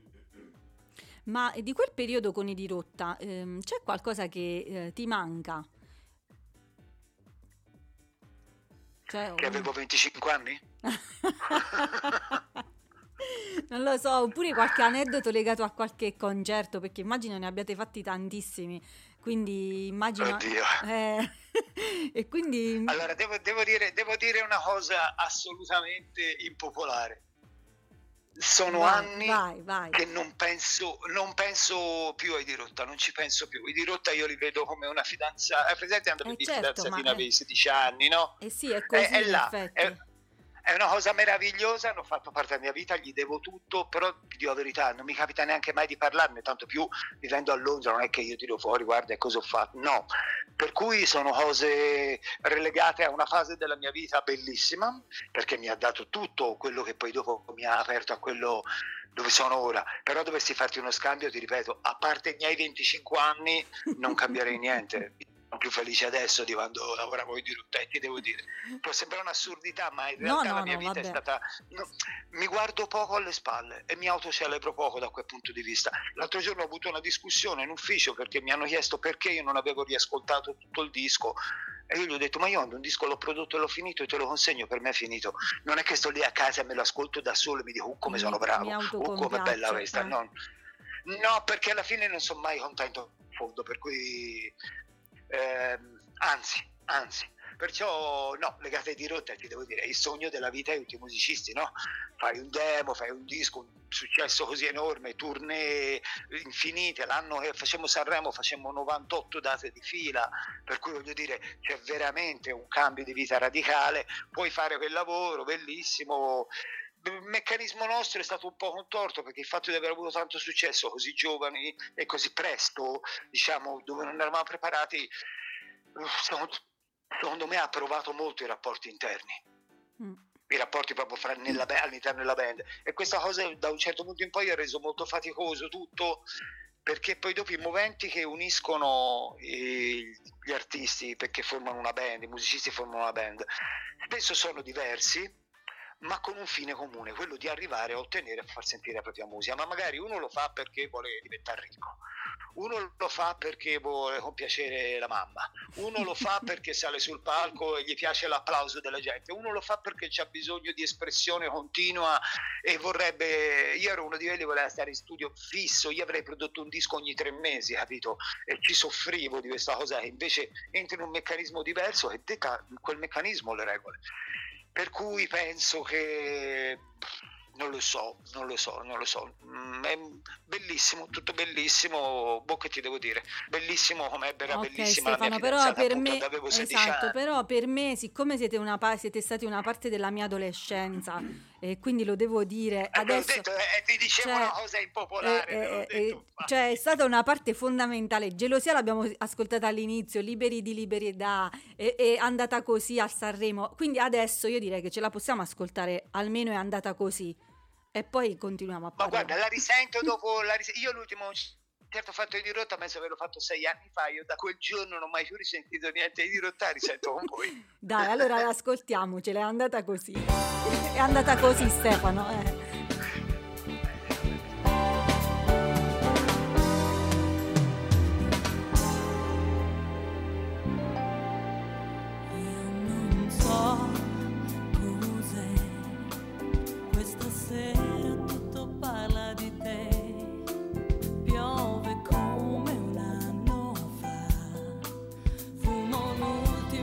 Ma di quel periodo con i Dirotta c'è qualcosa che ti manca? Cioè, Che avevo 25 anni? Non lo so, oppure qualche aneddoto legato a qualche concerto, perché immagino ne abbiate fatti tantissimi, quindi immagino... Oddio. E quindi... Allora, devo dire una cosa assolutamente impopolare. Sono anni vai. che non penso più ai Dirotta, non ci penso più. I Dirotta io li vedo come una fidanzata, presente andando di fidanzatina avevi 16 anni, no? Sì, è così, è in là, effetti. è una cosa meravigliosa, hanno fatto parte della mia vita, gli devo tutto, però ti dico la verità, non mi capita neanche mai di parlarne, tanto più vivendo a Londra, non è che io tiro fuori, guarda cosa ho fatto, no. Per cui sono cose relegate a una fase della mia vita bellissima, perché mi ha dato tutto quello che poi dopo mi ha aperto a quello dove sono ora. Però dovessi farti uno scambio, ti ripeto, a parte i miei 25 anni non cambierei niente. Sono più felice adesso di quando lavoravo in Dirotta, ti devo dire. Può sembrare un'assurdità, ma in realtà la mia vita è stata... mi guardo poco alle spalle e mi autocelebro poco da quel punto di vista. L'altro giorno ho avuto una discussione in ufficio perché mi hanno chiesto perché io non avevo riascoltato tutto il disco e io gli ho detto ma io un disco l'ho prodotto e l'ho finito e te lo consegno, per me è finito. Non è che sto lì a casa e me lo ascolto da solo e mi dico come sono bravo, come è bella questa. No, perché alla fine non sono mai contento in fondo, per cui... anzi, perciò no, legate ai Dirotta ti devo dire, è il sogno della vita di tutti i musicisti, no? Fai un demo, fai un disco, un successo così enorme, tournée infinite, l'anno che facemmo Sanremo facemmo 98 date di fila, per cui voglio dire c'è veramente un cambio di vita radicale, puoi fare quel lavoro bellissimo. Il meccanismo nostro è stato un po' contorto perché il fatto di aver avuto tanto successo così giovani e così presto, diciamo, dove non eravamo preparati, secondo me ha provato molto i rapporti interni, i rapporti proprio all'interno della band, e questa cosa da un certo punto in poi ha reso molto faticoso tutto, perché poi dopo i moventi che uniscono gli artisti perché formano una band, i musicisti formano una band, spesso sono diversi ma con un fine comune, quello di arrivare a ottenere e far sentire la propria musica. Ma magari uno lo fa perché vuole diventare ricco, uno lo fa perché vuole compiacere la mamma, uno lo fa perché sale sul palco e gli piace l'applauso della gente, uno lo fa perché c'ha bisogno di espressione continua e vorrebbe... Io ero uno di quelli che voleva stare in studio fisso, io avrei prodotto un disco ogni 3 mesi, capito? E ci soffrivo di questa cosa, che invece entra in un meccanismo diverso e detta quel meccanismo le regole. Per cui penso che non lo so. È bellissimo, tutto bellissimo, che ti devo dire? Bellissimo come era bellissima Stefano, la mia fidanzata, però per appunto, me, quando avevo 16 esatto, anni. però per me, siccome siete stati una parte della mia adolescenza, e quindi lo devo dire adesso, detto, ti dicevo una cosa impopolare, cioè è stata una parte fondamentale. Gelosia l'abbiamo ascoltata all'inizio, Liberi di Liberietà, è andata così a Sanremo, quindi adesso io direi che ce la possiamo ascoltare, almeno È andata così, e poi continuiamo a parlare. Ma guarda, la risento dopo, io l'ultimo certo fatto di Dirotta penso averlo fatto 6 anni fa, io da quel giorno non ho mai più risentito niente di Dirotta, risento con voi. Dai, allora ascoltiamocela, è andata così. È andata così, Stefano,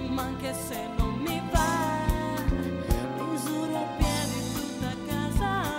se non mi va, misuro a piedi tutta casa.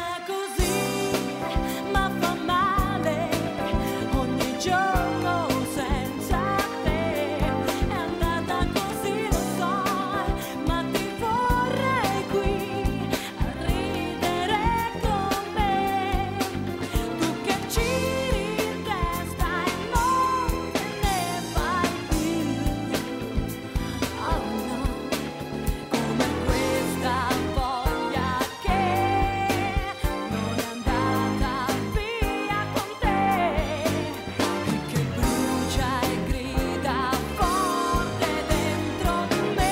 andata così, ma fa male ogni giorno senza te. È andata così, lo so, ma ti vorrei qui a ridere con me. Tu che giri in testa e non te ne vai più. Oh no, come questa voglia che non è andata via con te, e che brucia e grida forte dentro di me.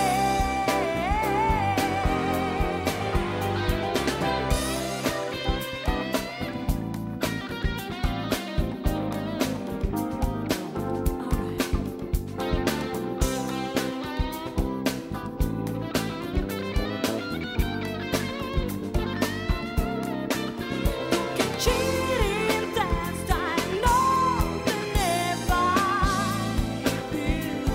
Che giri in testa e non te ne vai più,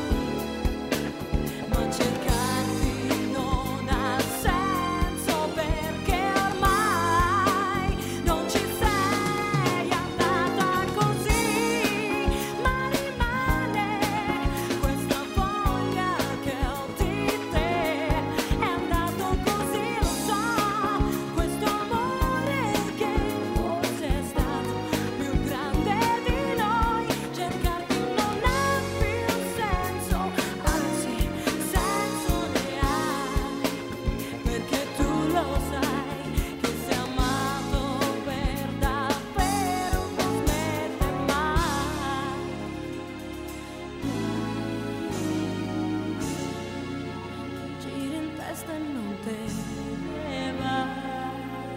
ma cercarti non ha senso perché ormai non ci sei. È andata così, ma rimane questa voglia che ho di te. È andato così, lo so, questo amore che forse è stato più grande di noi. Cercarti non ha più senso, anzi senso ne hai, perché tu lo sai che sei amato per davvero, non smette mai. Giri in testa e non te ne vai.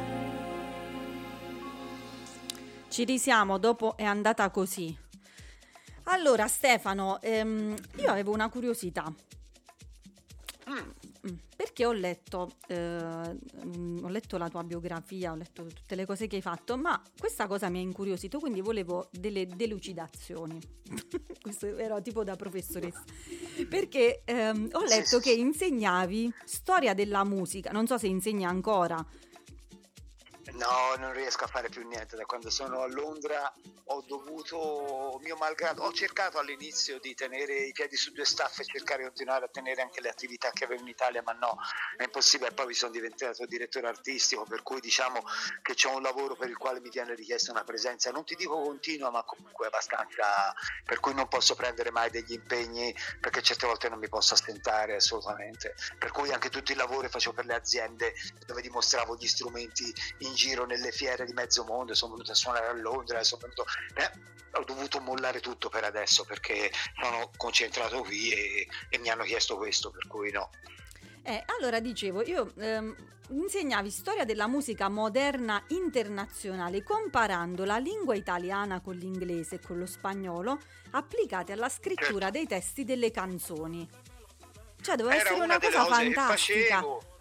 Ci risiamo, dopo è andata così. Allora Stefano, io avevo una curiosità. Perché ho letto la tua biografia, ho letto tutte le cose che hai fatto, ma questa cosa mi ha incuriosito, quindi volevo delle delucidazioni. Questo era tipo da professoressa. Perché ho letto che insegnavi storia della musica, non so se insegni ancora. No, non riesco a fare più niente. Da quando sono a Londra ho dovuto, mio malgrado, ho cercato all'inizio di tenere i piedi su due staffe e cercare di continuare a tenere anche le attività che avevo in Italia, ma no, è impossibile. Poi mi sono diventato direttore artistico, per cui diciamo che c'ho un lavoro per il quale mi viene richiesta una presenza, non ti dico continua, ma comunque abbastanza, per cui non posso prendere mai degli impegni, perché certe volte non mi posso assentare assolutamente. Per cui anche tutti i lavori facevo per le aziende dove dimostravo gli strumenti in giro nelle fiere di mezzo mondo. Sono venuto a suonare a Londra, ho dovuto mollare tutto per adesso perché sono concentrato qui e mi hanno chiesto questo, per cui no. Allora dicevo, io insegnavi storia della musica moderna internazionale comparando la lingua italiana con l'inglese e con lo spagnolo applicate alla scrittura dei testi delle canzoni. Cioè doveva essere una cosa fantastica.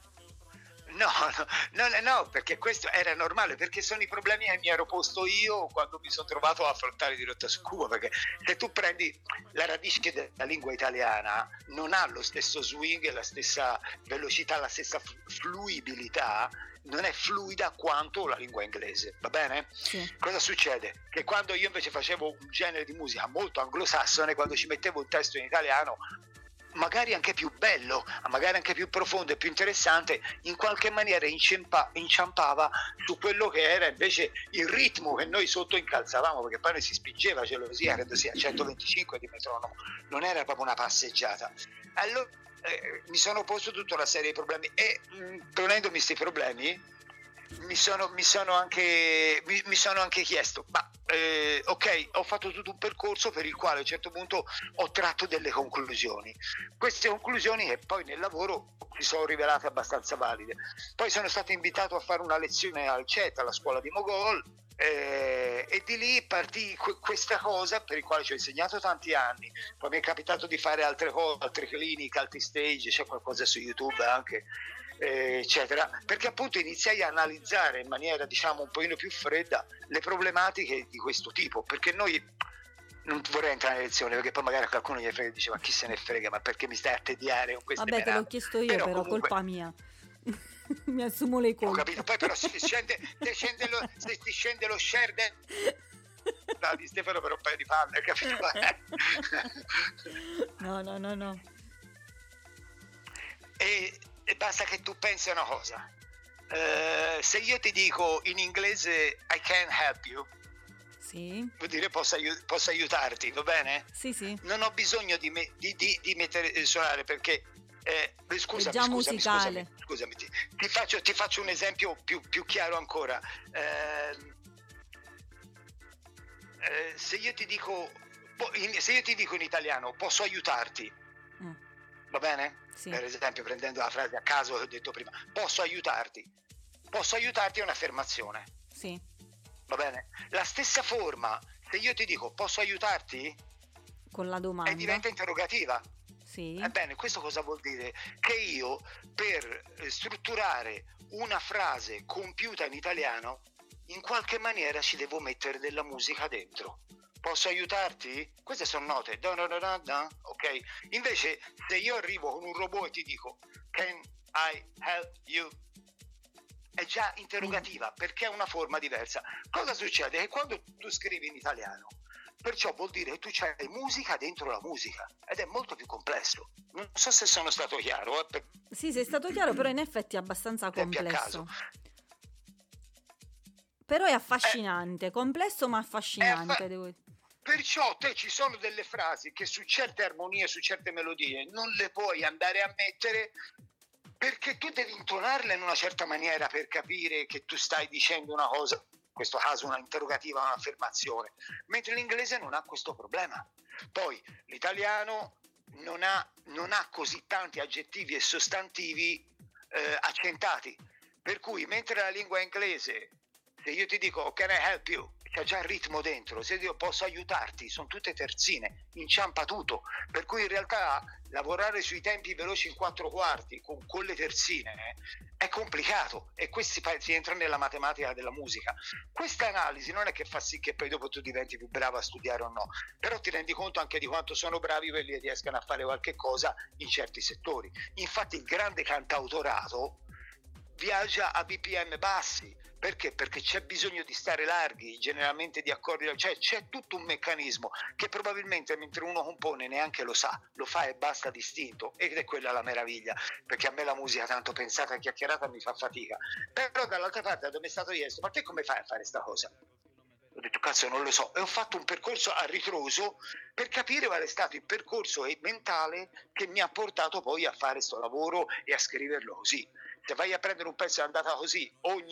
No, perché questo era normale, perché sono i problemi che mi ero posto io quando mi sono trovato a affrontare di rotta su Cuba, perché se tu prendi la radice della lingua italiana non ha lo stesso swing, la stessa velocità, la stessa fluibilità, non è fluida quanto la lingua inglese, va bene? Sì. Cosa succede? Che quando io invece facevo un genere di musica molto anglosassone, quando ci mettevo un testo in italiano magari anche più bello, magari anche più profondo e più interessante, in qualche maniera inciampava su quello che era invece il ritmo che noi sotto incalzavamo, perché poi noi si spingeva gelosia, credo sia 125 di metronomo, non era proprio una passeggiata. Allora mi sono posto tutta una serie di problemi e ponendomi questi problemi mi sono anche chiesto, ma ok, ho fatto tutto un percorso per il quale a un certo punto ho tratto delle conclusioni. Queste conclusioni che poi nel lavoro si sono rivelate abbastanza valide. Poi sono stato invitato a fare una lezione al CET, alla scuola di Mogol, e di lì partì questa cosa per il quale ci ho insegnato tanti anni. Poi mi è capitato di fare altre cose, altre cliniche, altri stage, c'è qualcosa su YouTube anche, eccetera, perché appunto iniziai a analizzare in maniera diciamo un pochino più fredda le problematiche di questo tipo, perché noi, non vorrei entrare nelle lezioni perché poi magari qualcuno gli frega e dice ma chi se ne frega, ma perché mi stai a tediare con queste vabbè, te l'ho chiesto io, però comunque, colpa mia. Mi assumo le Ho colpe. capito, poi però se ti scende lo share di Stefano per un paio di palle, capito? No. E basta che tu pensi a una cosa. Se io ti dico in inglese I can help you, Sì. vuol dire posso aiutarti, va bene? Sì. Non ho bisogno di mettere suonare, perché scusami, È già musicale. scusami, ti faccio un esempio più chiaro ancora. Se io ti dico in italiano posso aiutarti, va bene? Sì. Per esempio, prendendo la frase a caso che ho detto prima, posso aiutarti è un'affermazione, Sì. va bene? La stessa forma, se io ti dico posso aiutarti, Con la domanda. diventa interrogativa. Sì. Ebbene, questo cosa vuol dire? Che io, per strutturare una frase compiuta in italiano, in qualche maniera ci devo mettere della musica dentro. Posso aiutarti? Queste sono note, ok? Invece, se io arrivo con un robot e ti dico can I help you, è già interrogativa, perché è una forma diversa. Cosa succede? Che quando tu scrivi in italiano, perciò vuol dire che tu c'hai musica dentro la musica, ed è molto più complesso. Non so se sono stato chiaro. Sì, sei stato chiaro, però in effetti è abbastanza complesso. Però è affascinante, complesso ma affascinante, devo dire. Perciò ci sono delle frasi che su certe armonie, su certe melodie non le puoi andare a mettere, perché tu devi intonarle in una certa maniera per capire che tu stai dicendo una cosa, in questo caso una interrogativa, un'affermazione, mentre l'inglese non ha questo problema. Poi l'italiano non ha così tanti aggettivi e sostantivi accentati, per cui mentre la lingua inglese, se io ti dico can I help you, c'è già il ritmo dentro, se io posso aiutarti, sono tutte terzine, inciampa tutto, per cui in realtà lavorare sui tempi veloci in 4/4 con le terzine è complicato, e questi si entra nella matematica della musica. Questa analisi non è che fa sì che poi dopo tu diventi più bravo a studiare o no, però ti rendi conto anche di quanto sono bravi quelli che riescono a fare qualche cosa in certi settori. Infatti il grande cantautorato viaggia a BPM bassi. Perché? Perché c'è bisogno di stare larghi, generalmente di accordi, cioè c'è tutto un meccanismo che probabilmente mentre uno compone neanche lo sa, lo fa e basta distinto, ed è quella la meraviglia, perché a me la musica tanto pensata e chiacchierata mi fa fatica. Però dall'altra parte, da me è stato chiesto, ma te come fai a fare sta cosa? Ho detto cazzo, non lo so, e ho fatto un percorso a ritroso per capire qual è stato il percorso mentale che mi ha portato poi a fare sto lavoro e a scriverlo così. Se vai a prendere un pezzo è andata così,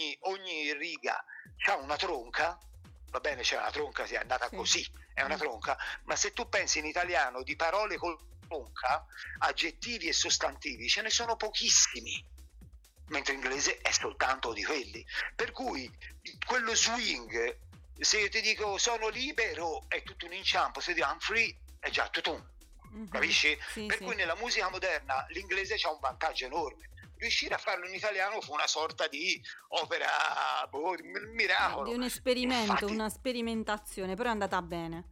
ogni riga c'ha una tronca, va bene, c'è una tronca, è andata così, è una tronca, ma se tu pensi in italiano di parole con tronca, aggettivi e sostantivi, ce ne sono pochissimi, mentre in inglese è soltanto di quelli. Per cui quello swing, se io ti dico sono libero, è tutto un inciampo, se ti dico I'm free, è già tutto capisci? Sì, per cui nella musica moderna l'inglese c'ha un vantaggio enorme. Riuscire a farlo in italiano fu una sorta di opera, miracolo. Di un esperimento, Infatti, una sperimentazione, però è andata bene.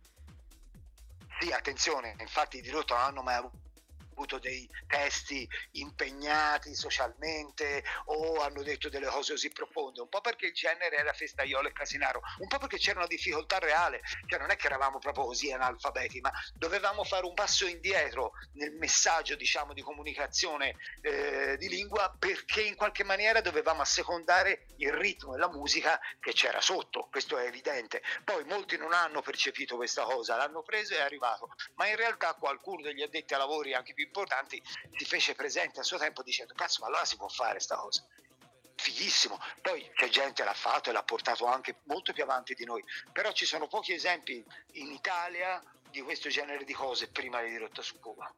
Sì, attenzione, infatti di rotto non hanno mai avuto dei testi impegnati socialmente o hanno detto delle cose così profonde, un po' perché il genere era festaiolo e casinaro, un po' perché c'era una difficoltà reale, cioè non è che eravamo proprio così analfabeti, ma dovevamo fare un passo indietro nel messaggio, diciamo, di comunicazione di lingua, perché in qualche maniera dovevamo assecondare il ritmo e la musica che c'era sotto, questo è evidente. Poi molti non hanno percepito questa cosa, l'hanno preso e è arrivato, ma in realtà qualcuno degli addetti ai lavori anche più importanti si fece presente a suo tempo dicendo cazzo, ma allora si può fare sta cosa, fighissimo. Poi c'è gente l'ha fatto e l'ha portato anche molto più avanti di noi, però ci sono pochi esempi in Italia di questo genere di cose prima di Rotta su Cuba.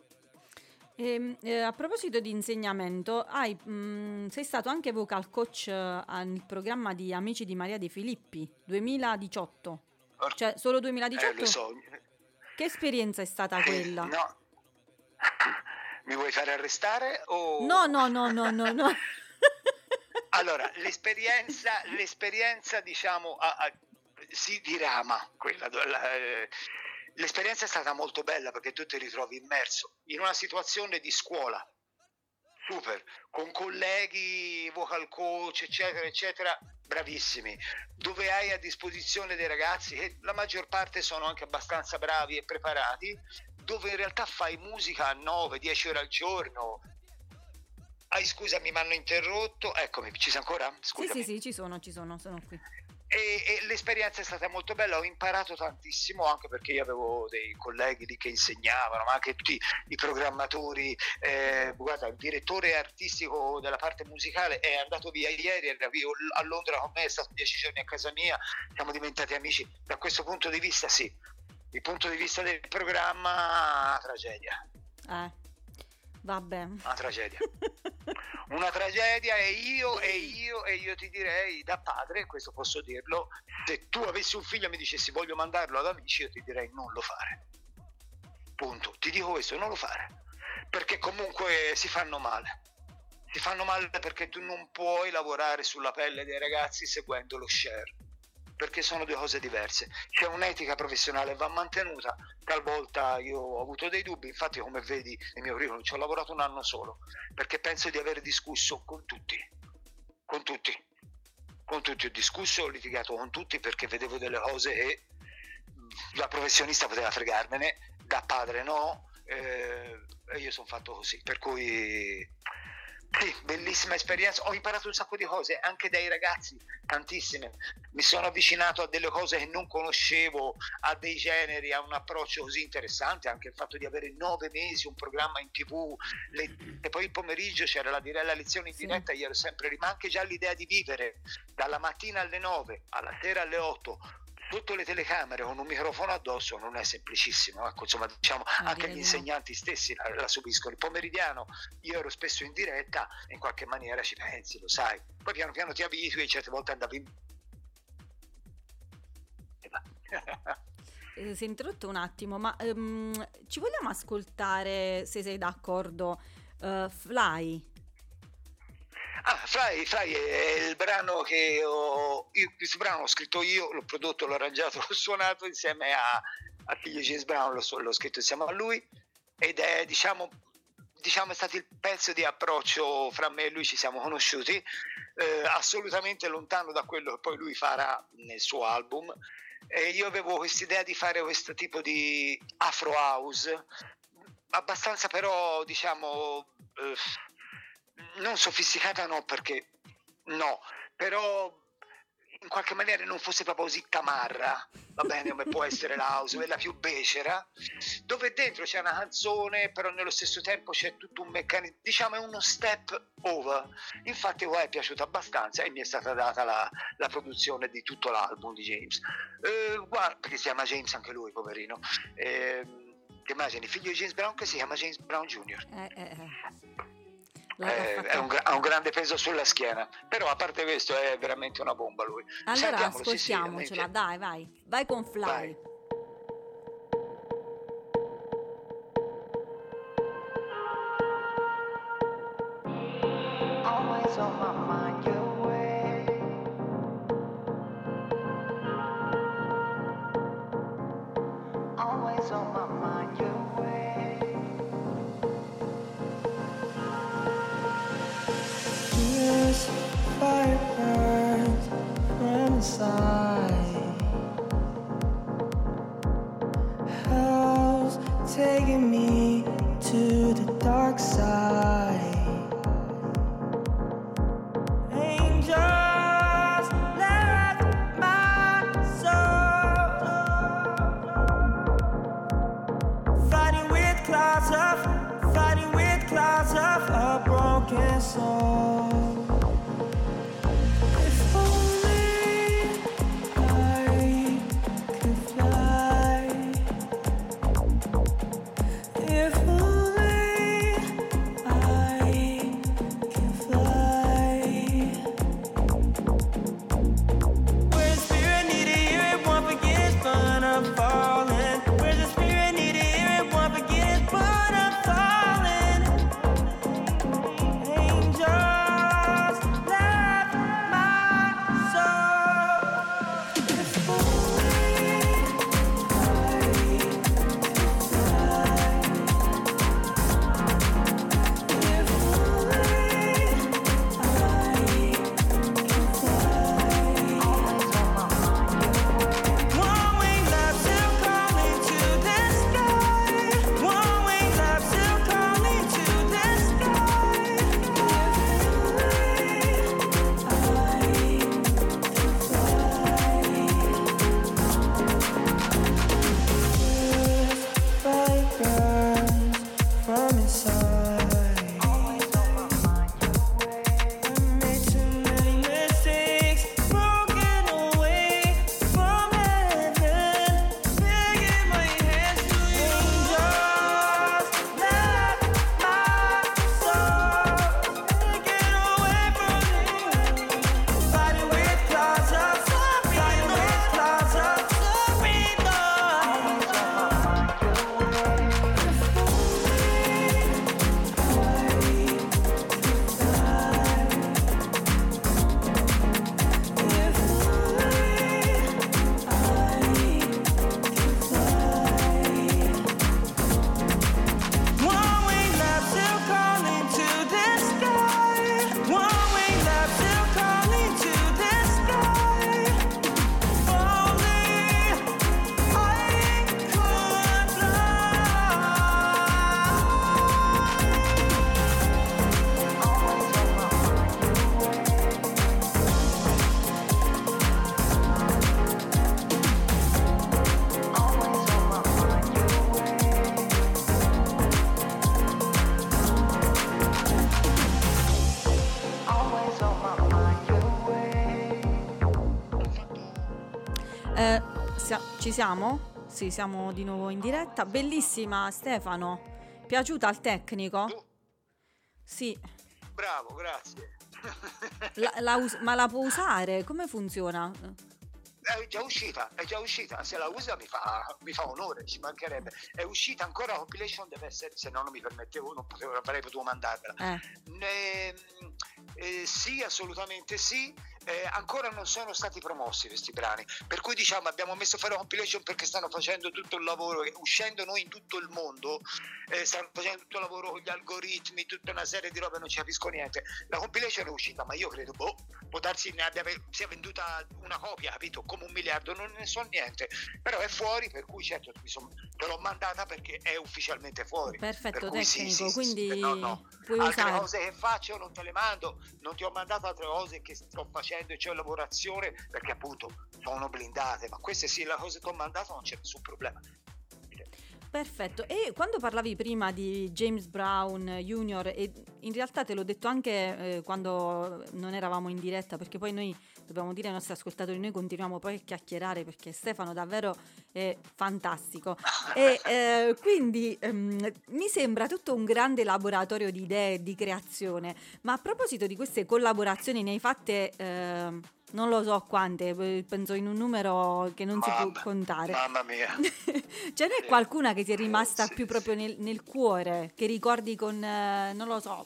A proposito di insegnamento, sei stato anche vocal coach nel programma di Amici di Maria De Filippi 2018, cioè solo 2018? Lo so. Che esperienza è stata quella? No. Mi vuoi fare arrestare o... No. Allora, l'esperienza diciamo si dirama quella. L'esperienza è stata molto bella perché tu ti ritrovi immerso in una situazione di scuola super, con colleghi, vocal coach, eccetera, eccetera, bravissimi, dove hai a disposizione dei ragazzi che la maggior parte sono anche abbastanza bravi e preparati, dove in realtà fai musica a 9-10 ore al giorno. Scusami, mi hanno interrotto, eccomi, ci sei ancora? Scusami. Sì, ci sono qui. E l'esperienza è stata molto bella, ho imparato tantissimo, anche perché io avevo dei colleghi lì che insegnavano, ma anche tutti i programmatori, guarda, il direttore artistico della parte musicale è andato via ieri, era io a Londra con me, è stato 10 giorni a casa mia, siamo diventati amici. Da questo punto di vista sì, il punto di vista del programma, tragedia. Vabbè. Una tragedia e io ti direi, da padre, questo posso dirlo, se tu avessi un figlio e mi dicessi voglio mandarlo ad amici, io ti direi non lo fare. Punto. Ti dico questo, non lo fare. Perché comunque si fanno male. Si fanno male perché tu non puoi lavorare sulla pelle dei ragazzi seguendo lo share. Perché sono due cose diverse. C'è un'etica professionale, va mantenuta. Talvolta io ho avuto dei dubbi, infatti come vedi nel mio curriculum ci ho lavorato un anno solo, perché penso di aver discusso con tutti ho discusso, ho litigato con tutti perché vedevo delle cose che da professionista poteva fregarmene, da padre no, e io sono fatto così, per cui sì, bellissima esperienza, ho imparato un sacco di cose anche dai ragazzi, tantissime, mi sono avvicinato a delle cose che non conoscevo, a dei generi, a un approccio così interessante, anche il fatto di avere 9 mesi un programma in TV, e poi il pomeriggio c'era la lezione in diretta, io ero sempre lì, ma anche già l'idea di vivere dalla mattina alle 9 alla sera alle 8 sotto le telecamere con un microfono addosso non è semplicissimo, ecco, insomma, diciamo, anche gli insegnanti stessi la subiscono. Il pomeridiano io ero spesso in diretta e in qualche maniera ci pensi, lo sai, poi piano piano ti abitui e certe volte andavi si è interrotto un attimo, ma ci vogliamo ascoltare, se sei d'accordo, Fly? Fly è il brano che questo brano l'ho scritto io, l'ho prodotto, l'ho arrangiato, l'ho suonato insieme a figlio James Brown, l'ho scritto insieme a lui, ed è diciamo è stato il pezzo di approccio fra me e lui, ci siamo conosciuti, assolutamente lontano da quello che poi lui farà nel suo album. Io avevo quest'idea di fare questo tipo di afro house, abbastanza però diciamo non sofisticata, no, perché no, però in qualche maniera non fosse proprio così tamarra, va bene, come può essere la house, quella più becera, dove dentro c'è una canzone, però nello stesso tempo c'è tutto un meccanismo, diciamo è uno step over. Infatti è piaciuto abbastanza e mi è stata data la produzione di tutto l'album di James, guarda, perché si chiama James anche lui, poverino, ti immagini, figlio di James Brown che si chiama James Brown Jr. Ha un grande peso sulla schiena, però a parte questo è veramente una bomba lui. Allora ascoltiamocela, dai, vai con Fly. Vai. Always on my mind your way. Always on my mind your way. This fire burns from inside. Hell's taking me to the dark side. Angels left my soul, fighting with clouds of a broken soul. If only I could fly. If only I can fly. Where the spirit need to hear it, won't forget it's fun, I'm falling. Where the spirit need to hear it, won't forget it's fun, I'm falling. Angel. Ci siamo? Sì, siamo di nuovo in diretta. Bellissima, Stefano. Piaciuta al tecnico? Sì. Bravo, grazie. Ma la può usare? Come funziona? È già uscita, se la usa mi fa onore, ci mancherebbe. È uscita ancora, la compilation deve essere, se no non mi permettevo, non avrei potuto mandarvela. Sì, assolutamente sì. Ancora non sono stati promossi questi brani, per cui diciamo abbiamo messo a fare la compilation perché stanno facendo tutto il lavoro, uscendo noi in tutto il mondo, stanno facendo tutto il lavoro con gli algoritmi, tutta una serie di robe, non ci capisco niente. La compilation è uscita, ma io credo può darsi sia venduta una copia, capito, come 1 miliardo, non ne so niente, però è fuori, per cui certo te l'ho mandata perché è ufficialmente fuori. Perfetto, per tecnico, sì, quindi no. puoi altre usare. cose che faccio non te le mando, non ti ho mandato altre cose che sto facendo e c'è lavorazione perché appunto sono blindate, ma queste sì, la cosa che ho mandato non c'è nessun problema. Perfetto. E quando parlavi prima di James Brown Jr., e in realtà te l'ho detto anche quando non eravamo in diretta, perché poi noi dobbiamo dire ai nostri ascoltatori, noi continuiamo poi a chiacchierare perché Stefano davvero è fantastico e quindi mi sembra tutto un grande laboratorio di idee e di creazione. Ma a proposito di queste collaborazioni, ne hai fatte non lo so quante, penso in un numero che non si può contare. Mamma mia. Ce n'è qualcuna che ti è rimasta più proprio nel cuore, che ricordi con, non lo so,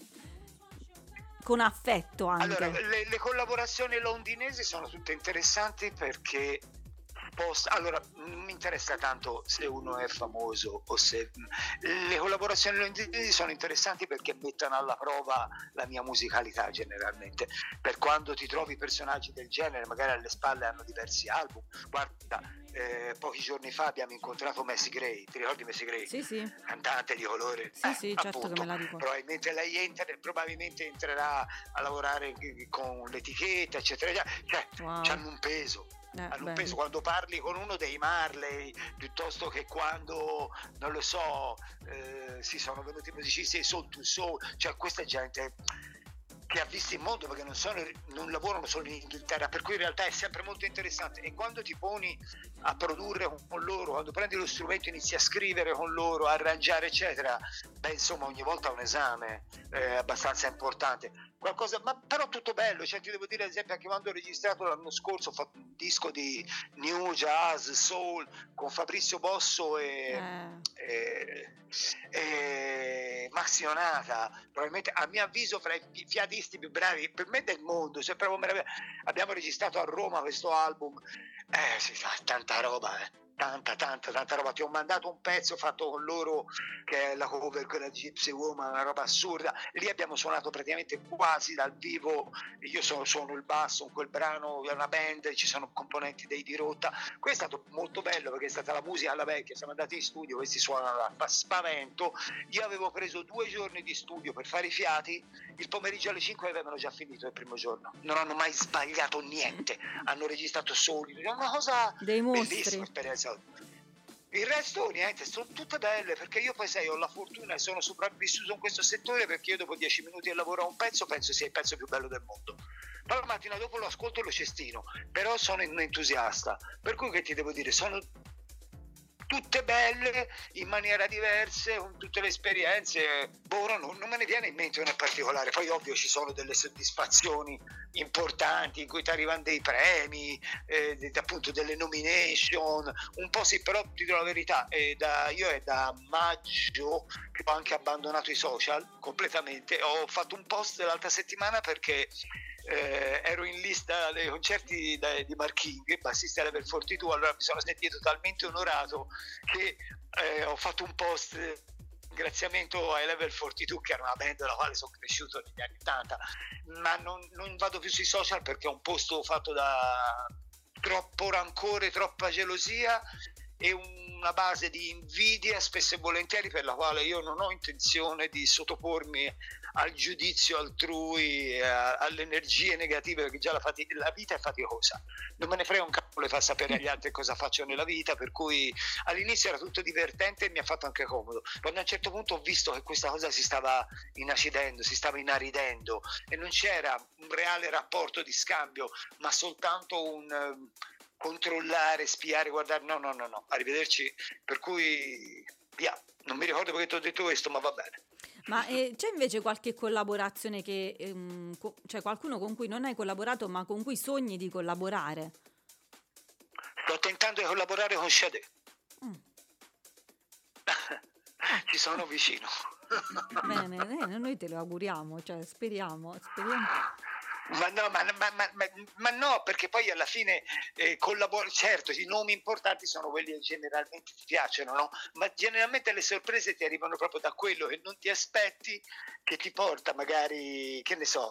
con affetto anche? Allora, le collaborazioni londinesi sono tutte interessanti perché allora, non mi interessa tanto se uno è famoso o se... Le collaborazioni londinesi sono interessanti perché mettono alla prova la mia musicalità generalmente. Per quando ti trovi personaggi del genere, magari alle spalle hanno diversi album. Guarda, pochi giorni fa abbiamo incontrato Macy Gray, ti ricordi Macy Gray? Sì. Cantante di colore. Sì, certo, appunto, che me la ricordo. Probabilmente lei probabilmente entrerà a lavorare con l'etichetta, eccetera. Cioè, wow. C'hanno un peso. Hanno un peso quando parli con uno dei Marley, piuttosto che quando, non lo so, sono venuti musicisti di Soul to Soul, cioè questa è gente che ha visto il mondo perché non lavorano solo in Inghilterra, per cui in realtà è sempre molto interessante. E quando ti poni a produrre con loro, quando prendi lo strumento, inizi a scrivere con loro, a arrangiare eccetera, insomma ogni volta è un esame abbastanza importante. Qualcosa, ma però tutto bello, cioè ti devo dire ad esempio anche quando ho registrato l'anno scorso, ho fatto un disco di new jazz, soul con Fabrizio Bosso e Maxi Onata, probabilmente a mio avviso fra i fiatisti più bravi per me del mondo, cioè proprio abbiamo registrato a Roma questo album, tanta roba, tanta roba. Ti ho mandato un pezzo fatto con loro che è la cover, quella di Gypsy Woman, una roba assurda. Lì abbiamo suonato praticamente quasi dal vivo, io suono il basso in quel brano, è una band, ci sono componenti dei Dirotta. Questo è stato molto bello perché è stata la musica alla vecchia, siamo andati in studio, questi suonano a spavento. Io avevo preso 2 giorni di studio per fare i fiati, il pomeriggio alle 5 avevano già finito il primo giorno, non hanno mai sbagliato niente, hanno registrato soli, è una cosa dei mostri, bellissima esperienza. Il resto niente, sono tutte belle perché io poi ho la fortuna e sono sopravvissuto in questo settore perché io dopo 10 minuti di lavoro a un pezzo penso sia il pezzo più bello del mondo. Poi la mattina dopo lo ascolto e lo cestino, però sono un entusiasta, per cui che ti devo dire, sono tutte belle in maniera diversa, con tutte le esperienze. Non me ne viene in mente una in particolare. Poi ovvio ci sono delle soddisfazioni importanti in cui ti arrivano dei premi, appunto delle nomination, un po' sì, però ti dico la verità, io è da maggio che ho anche abbandonato i social completamente. Ho fatto un post l'altra settimana perché ero in lista dei concerti di Mark King, bassista Level 42, allora mi sono sentito talmente onorato che ho fatto un post ringraziamento ai Level 42, che era una band della quale sono cresciuto negli anni 80, ma non vado più sui social perché è un posto fatto da troppo rancore, troppa gelosia e una base di invidia spesso e volentieri, per la quale io non ho intenzione di sottopormi al giudizio altrui, alle energie negative, perché già la vita è faticosa, non me ne frega un cavolo e fa sapere agli altri cosa faccio nella vita, per cui all'inizio era tutto divertente e mi ha fatto anche comodo. Quando a un certo punto ho visto che questa cosa si stava inacidendo, si stava inaridendo e non c'era un reale rapporto di scambio, ma soltanto controllare, spiare, guardare, no, arrivederci, per cui via, non mi ricordo perché ti ho detto questo, ma va bene. Ma c'è invece qualche collaborazione che, cioè qualcuno con cui non hai collaborato ma con cui sogni di collaborare? Sto tentando di collaborare con Sade. Ci sono vicino. Bene, noi te lo auguriamo, cioè speriamo. Ma no, perché poi alla fine certo, i nomi importanti sono quelli che generalmente ti piacciono, no? Ma generalmente le sorprese ti arrivano proprio da quello che non ti aspetti, che ti porta magari, che ne so,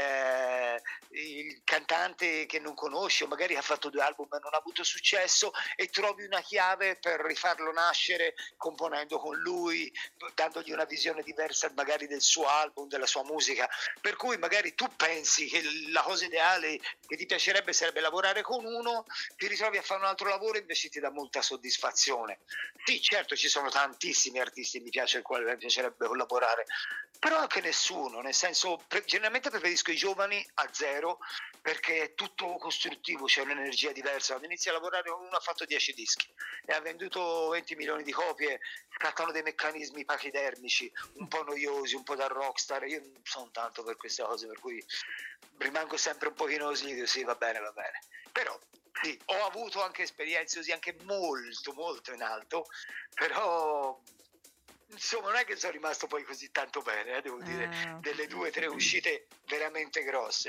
il cantante che non conosci o magari ha fatto 2 album ma non ha avuto successo e trovi una chiave per rifarlo nascere componendo con lui, dandogli una visione diversa magari del suo album, della sua musica, per cui magari tu pensi che la cosa ideale che ti piacerebbe sarebbe lavorare con uno, ti ritrovi a fare un altro lavoro e invece ti dà molta soddisfazione. Sì, certo, ci sono tantissimi artisti che mi piacerebbe collaborare, però anche nessuno, nel senso, generalmente preferisco i giovani a zero perché è tutto costruttivo, c'è un'energia diversa. Quando inizi a lavorare con uno ha fatto 10 dischi e ha venduto 20 milioni di copie, scattano dei meccanismi pachidermici un po' noiosi, un po' da rockstar. Io non sono tanto per queste cose, per cui rimango sempre un pochino così, sì, va bene, però sì, ho avuto anche esperienze così anche molto in alto, però insomma non è che sono rimasto poi così tanto bene, devo dire, delle 2 o 3 uscite veramente grosse,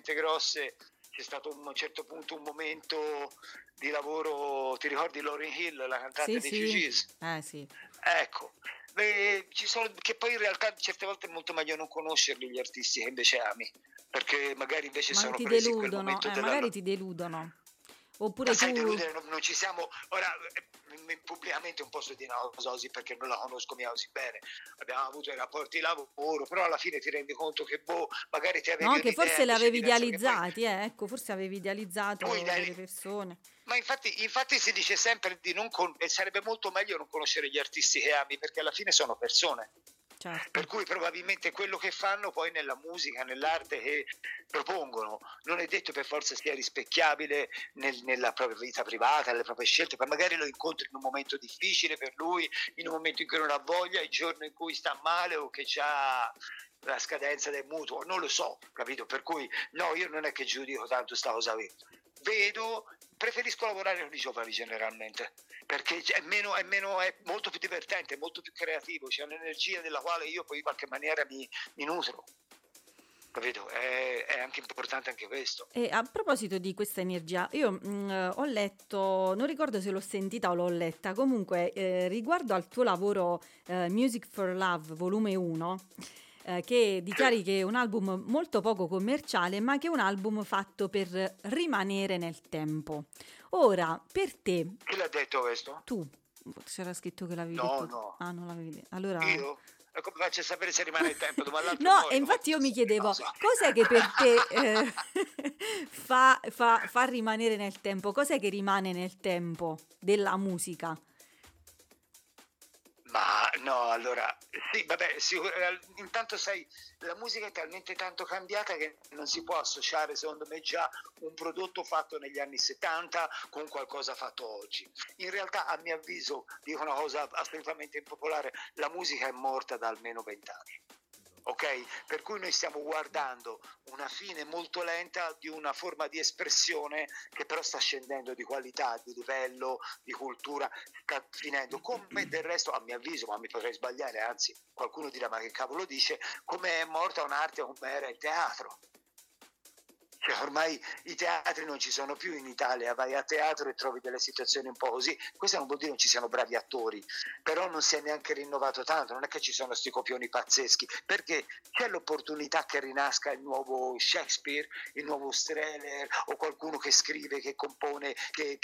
c'è stato a un certo punto un momento di lavoro, ti ricordi Lauryn Hill, la cantante dei Fugees? Sì. Ecco, ci sono, che poi in realtà certe volte è molto meglio non conoscerli gli artisti che invece ami, perché magari invece sono presi in quel momento magari ti deludono. Oppure sai, deludere non ci siamo. Ora pubblicamente un po' su di Osi perché non la conosco mia così bene, abbiamo avuto i rapporti di lavoro, però alla fine ti rendi conto che magari ti avevi che forse le avevi idealizzati, ecco, forse avevi idealizzato delle persone. Ma infatti si dice sempre di sarebbe molto meglio non conoscere gli artisti che ami, perché alla fine sono persone. Certo. Per cui probabilmente quello che fanno poi nella musica, nell'arte che propongono, non è detto per forza sia rispecchiabile nella propria vita privata, nelle proprie scelte, poi magari lo incontri in un momento difficile per lui, in un momento in cui non ha voglia, il giorno in cui sta male o che c'ha la scadenza del mutuo, non lo so, capito? Per cui no, io non è che giudico tanto sta cosa qui. Preferisco lavorare con i giovani generalmente, perché è molto più divertente, è molto più creativo, c'è un'energia della quale io poi in qualche maniera mi nutro, capito? È anche importante anche questo. E a proposito di questa energia, io ho letto, non ricordo se l'ho sentita o l'ho letta, comunque riguardo al tuo lavoro Music for Love volume 1, che dichiari che è un album molto poco commerciale, ma che è un album fatto per rimanere nel tempo. Ora, per te... Chi l'ha detto questo? Tu. C'era scritto che l'avevi detto. No. Ah, non l'avevi detto. Allora... Io? E come faccio a sapere se rimane il tempo? No, e infatti io mi chiedevo, cos'è che per te fa rimanere nel tempo? Cos'è che rimane nel tempo della musica? Ma no, allora, sì, vabbè, intanto sai, la musica è talmente tanto cambiata che non si può associare, secondo me, già un prodotto fatto negli anni 70 con qualcosa fatto oggi. In realtà, a mio avviso, dico una cosa assolutamente impopolare, la musica è morta da almeno 20 anni. Ok? Per cui noi stiamo guardando una fine molto lenta di una forma di espressione che però sta scendendo di qualità, di livello, di cultura, sta finendo. Come del resto, a mio avviso, ma mi potrei sbagliare, anzi qualcuno dirà ma che cavolo dice, come è morta un'arte come era il teatro. Cioè, ormai i teatri non ci sono più in Italia, vai a teatro e trovi delle situazioni un po' così. Questo non vuol dire che non ci siano bravi attori, però non si è neanche rinnovato tanto, non è che ci sono sti copioni pazzeschi, perché c'è l'opportunità che rinasca il nuovo Shakespeare, il nuovo Strehler o qualcuno che scrive, che compone, che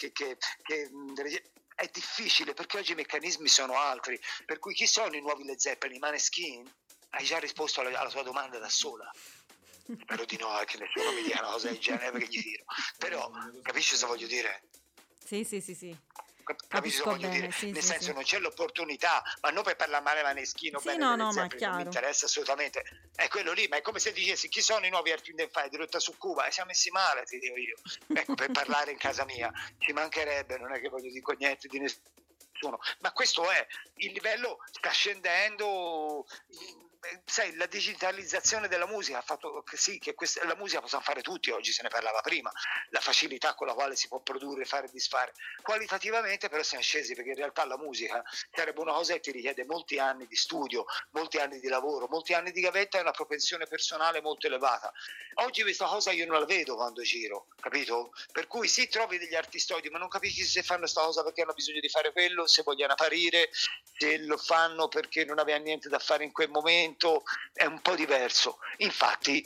è difficile perché oggi i meccanismi sono altri, per cui chi sono i nuovi Led Zeppelin, i Maneskin? Hai già risposto alla tua domanda da sola. Spero di no, che nessuno mi dica una cosa del genere perché gli tiro. Però capisci cosa voglio dire? Sì. Capisci Capisco cosa voglio bene, dire? sì, Nel sì, senso sì. non c'è l'opportunità, ma non per parlare male Maneschino, Sì, bene no, delle no, ma Zeppelin, non mi chiaro. interessa assolutamente, è quello lì, ma è come se dicessi chi sono i nuovi Earth, Wind and Fire diretta su Cuba, e siamo messi male, ti dico io, ecco, per parlare in casa mia, ci mancherebbe, non è che voglio dire niente di nessuno, ma questo è, il livello sta scendendo. Sai, la digitalizzazione della musica ha fatto che sì, che la musica possiamo fare tutti oggi, se ne parlava prima, la facilità con la quale si può produrre, fare e disfare. Qualitativamente però siamo scesi, perché in realtà la musica sarebbe una cosa che ti richiede molti anni di studio, molti anni di lavoro, molti anni di gavetta e una propensione personale molto elevata. Oggi questa cosa io non la vedo quando giro, capito? Per cui sì, trovi degli artistoidi, ma non capisci se fanno questa cosa perché hanno bisogno di fare quello, se vogliono apparire, se lo fanno perché non aveva niente da fare in quel momento, è un po' diverso. Infatti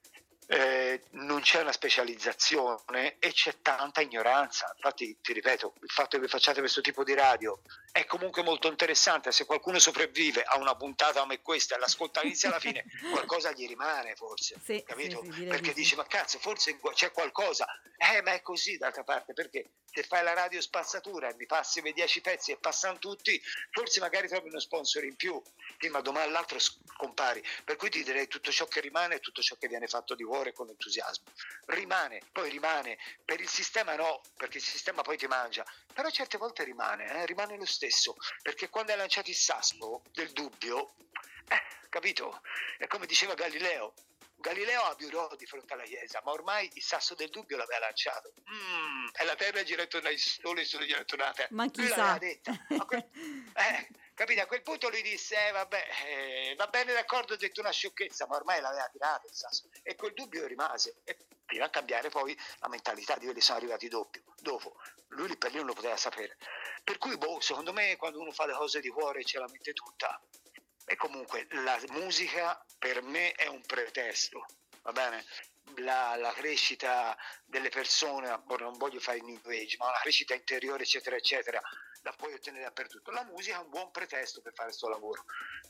non c'è una specializzazione e c'è tanta ignoranza. Infatti ti ripeto, il fatto che facciate questo tipo di radio è comunque molto interessante. Se qualcuno sopravvive a una puntata come questa e l'ascolta all'inizio alla fine, qualcosa gli rimane forse, Sì, capito? sì, direi Perché di sì. dici ma cazzo, forse c'è qualcosa, ma è così d'altra parte, perché se fai la radio spazzatura e mi passi quei 10 pezzi e passano tutti, forse magari trovi uno sponsor in più, ma domani l'altro scompari. Per cui ti direi tutto ciò che rimane è tutto ciò che viene fatto di cuore e con entusiasmo. Rimane, poi rimane. Per il sistema no, perché il sistema poi ti mangia, però certe volte rimane lo stesso, perché quando hai lanciato il sasso del dubbio, capito? È come diceva Galileo abbiurò di fronte alla Chiesa, ma ormai il sasso del dubbio l'aveva lanciato. E la terra gira intorno al sole, il sole gira intorno alla terra. Ma Lui chissà. l'aveva detta. Capito? A quel punto lui disse, va bene, d'accordo, ho detto una sciocchezza, ma ormai l'aveva tirato il sasso. E quel dubbio rimase. E fino a cambiare poi la mentalità di quelli che sono arrivati dopo. Lui lì per lì non lo poteva sapere. Per cui, secondo me, quando uno fa le cose di cuore e ce la mette tutta, e comunque la musica per me è un pretesto, va bene? La crescita delle persone, non voglio fare il new age, ma una crescita interiore eccetera eccetera la puoi ottenere dappertutto. La musica è un buon pretesto per fare questo lavoro,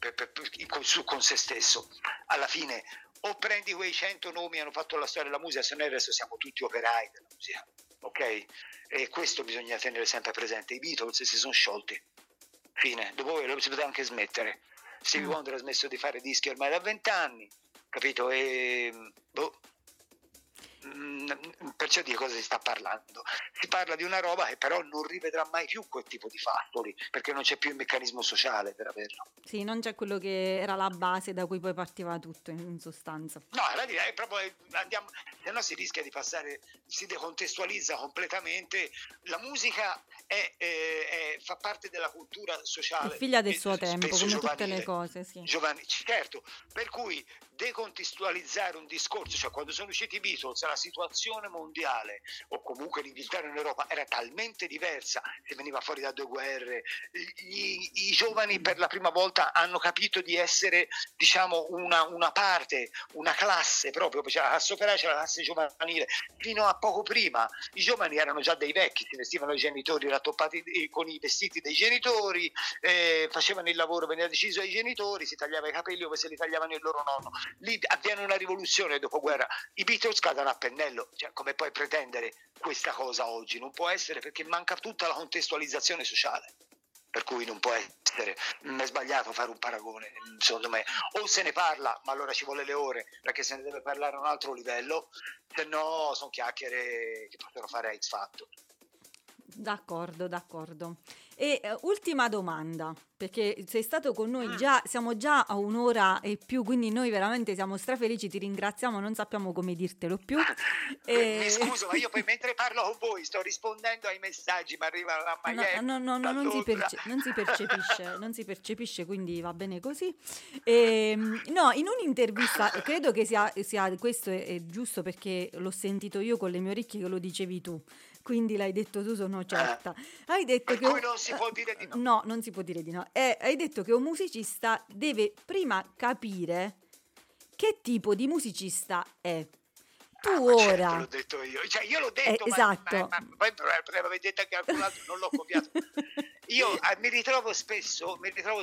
con se stesso. Alla fine o prendi quei 100 nomi che hanno fatto la storia della musica, se noi adesso siamo tutti operai della musica, ok? E questo bisogna tenere sempre presente. I Beatles si sono sciolti, fine, dopo quello si poteva anche smettere. Stevie Wonder ha smesso di fare dischi ormai da 20 anni, capito? Perciò di cosa si sta parlando? Si parla di una roba che però non rivedrà mai più quel tipo di fatturi, perché non c'è più il meccanismo sociale per averlo. Sì, non c'è quello che era la base da cui poi partiva tutto in sostanza. No, è proprio andiamo, se no si rischia di passare, si decontestualizza completamente. La musica fa parte della cultura sociale. È figlia del suo tempo, come giovanile, tutte le cose, sì. Certo, per cui decontestualizzare un discorso, cioè quando sono usciti i Beatles la situazione mondiale o comunque l'Inghilterra in Europa era talmente diversa, si veniva fuori da 2 guerre, i giovani per la prima volta hanno capito di essere, diciamo, una parte, una classe proprio, cioè la classe operaia, c'era la classe giovanile. Fino a poco prima i giovani erano già dei vecchi, si vestivano i genitori rattoppati con i vestiti dei genitori, facevano il lavoro, veniva deciso ai genitori, si tagliava i capelli come se li tagliavano il loro nonno. Lì avviene una rivoluzione dopo guerra, i Beatles cadono a pennello, cioè come puoi pretendere questa cosa oggi? Non può essere, perché manca tutta la contestualizzazione sociale, per cui non può essere, non è sbagliato fare un paragone, secondo me. O se ne parla, ma allora ci vuole le ore, perché se ne deve parlare a un altro livello, se no sono chiacchiere che possono fare X Factor. D'accordo. E ultima domanda, perché sei stato con noi siamo già a 1 ora e più, quindi noi veramente siamo strafelici, ti ringraziamo, non sappiamo come dirtelo più. Mi scuso, ma io poi mentre parlo con voi sto rispondendo ai messaggi, mi arriva la maglietta. No, non si percepisce, quindi va bene così. No, in un'intervista, credo che sia questo è giusto, perché l'ho sentito io con le mie orecchie che lo dicevi tu. Quindi l'hai detto tu, sono certa. Hai detto per cui non si può dire di no. No, non si può dire di no. Hai detto che un musicista deve prima capire che tipo di musicista è. Tu ora... Certo, l'ho detto io. Cioè, io l'ho detto, esatto. ma poi l'avevo detto anche qualcun altro, non l'ho copiato. Io mi ritrovo spesso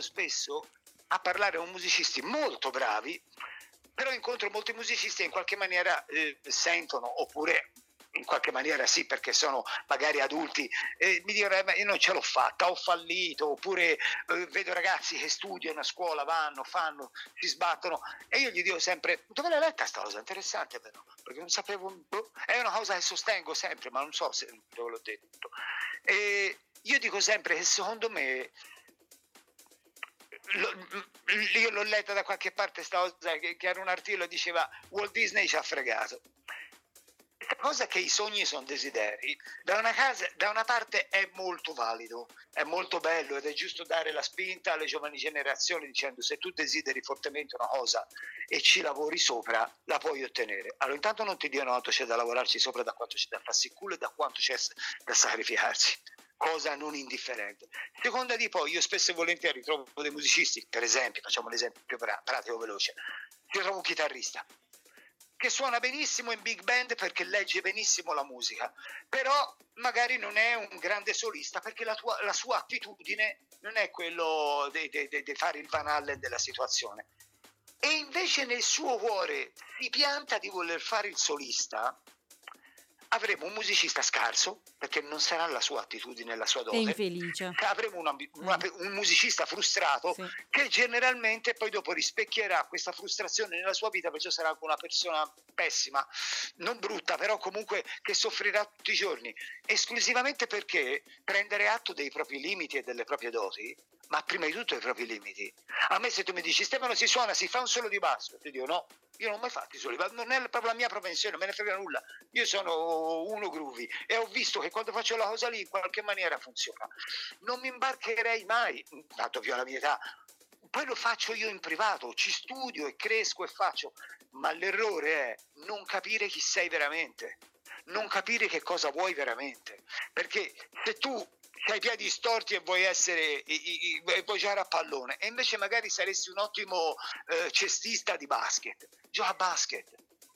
a parlare con musicisti molto bravi, però incontro molti musicisti che in qualche maniera sentono, oppure in qualche maniera sì, perché sono magari adulti, mi dicono ma io non ce l'ho fatta, ho fallito, oppure vedo ragazzi che studiano a scuola, vanno, fanno, si sbattono, e io gli dico sempre dove l'hai letta sta cosa, interessante però, perché non sapevo, è una cosa che sostengo sempre, ma non so se dove l'ho detto. E io dico sempre che secondo me io l'ho letta da qualche parte sta cosa che era un articolo che diceva Walt Disney ci ha fregato. Questa cosa che i sogni sono desideri, da una parte è molto valido, è molto bello ed è giusto dare la spinta alle giovani generazioni dicendo se tu desideri fortemente una cosa e ci lavori sopra la puoi ottenere. Allora intanto non ti dicono quanto c'è da lavorarci sopra, da quanto c'è da farsi il culo e da quanto c'è da sacrificarsi, cosa non indifferente. Seconda di poi, io spesso e volentieri trovo dei musicisti, per esempio, facciamo l'esempio più pratico veloce, io trovo un chitarrista che suona benissimo in big band perché legge benissimo la musica, però magari non è un grande solista perché la sua attitudine non è quello di fare il Van Halen della situazione. E invece nel suo cuore si pianta di voler fare il solista, avremo un musicista scarso perché non sarà la sua attitudine, la sua dote. È infelice. Avremo un musicista frustrato, sì, che generalmente poi dopo rispecchierà questa frustrazione nella sua vita, perciò sarà anche una persona pessima, non brutta, però comunque che soffrirà tutti i giorni, esclusivamente perché prendere atto dei propri limiti e delle proprie doti, ma prima di tutto i propri limiti. A me se tu mi dici Stefano si suona, si fa un solo di basso, ti dico no, io non ho mai fatto i soli, non è proprio la mia propensione, me ne frega nulla, io sono uno groovy e ho visto che quando faccio la cosa lì in qualche maniera funziona. Non mi imbarcherei mai, tanto più alla mia età, poi lo faccio io in privato, ci studio e cresco e faccio, ma l'errore è non capire chi sei veramente, non capire che cosa vuoi veramente, perché se tu hai i piedi storti e vuoi vuoi giocare a pallone e invece magari saresti un ottimo cestista di basket, gioca a basket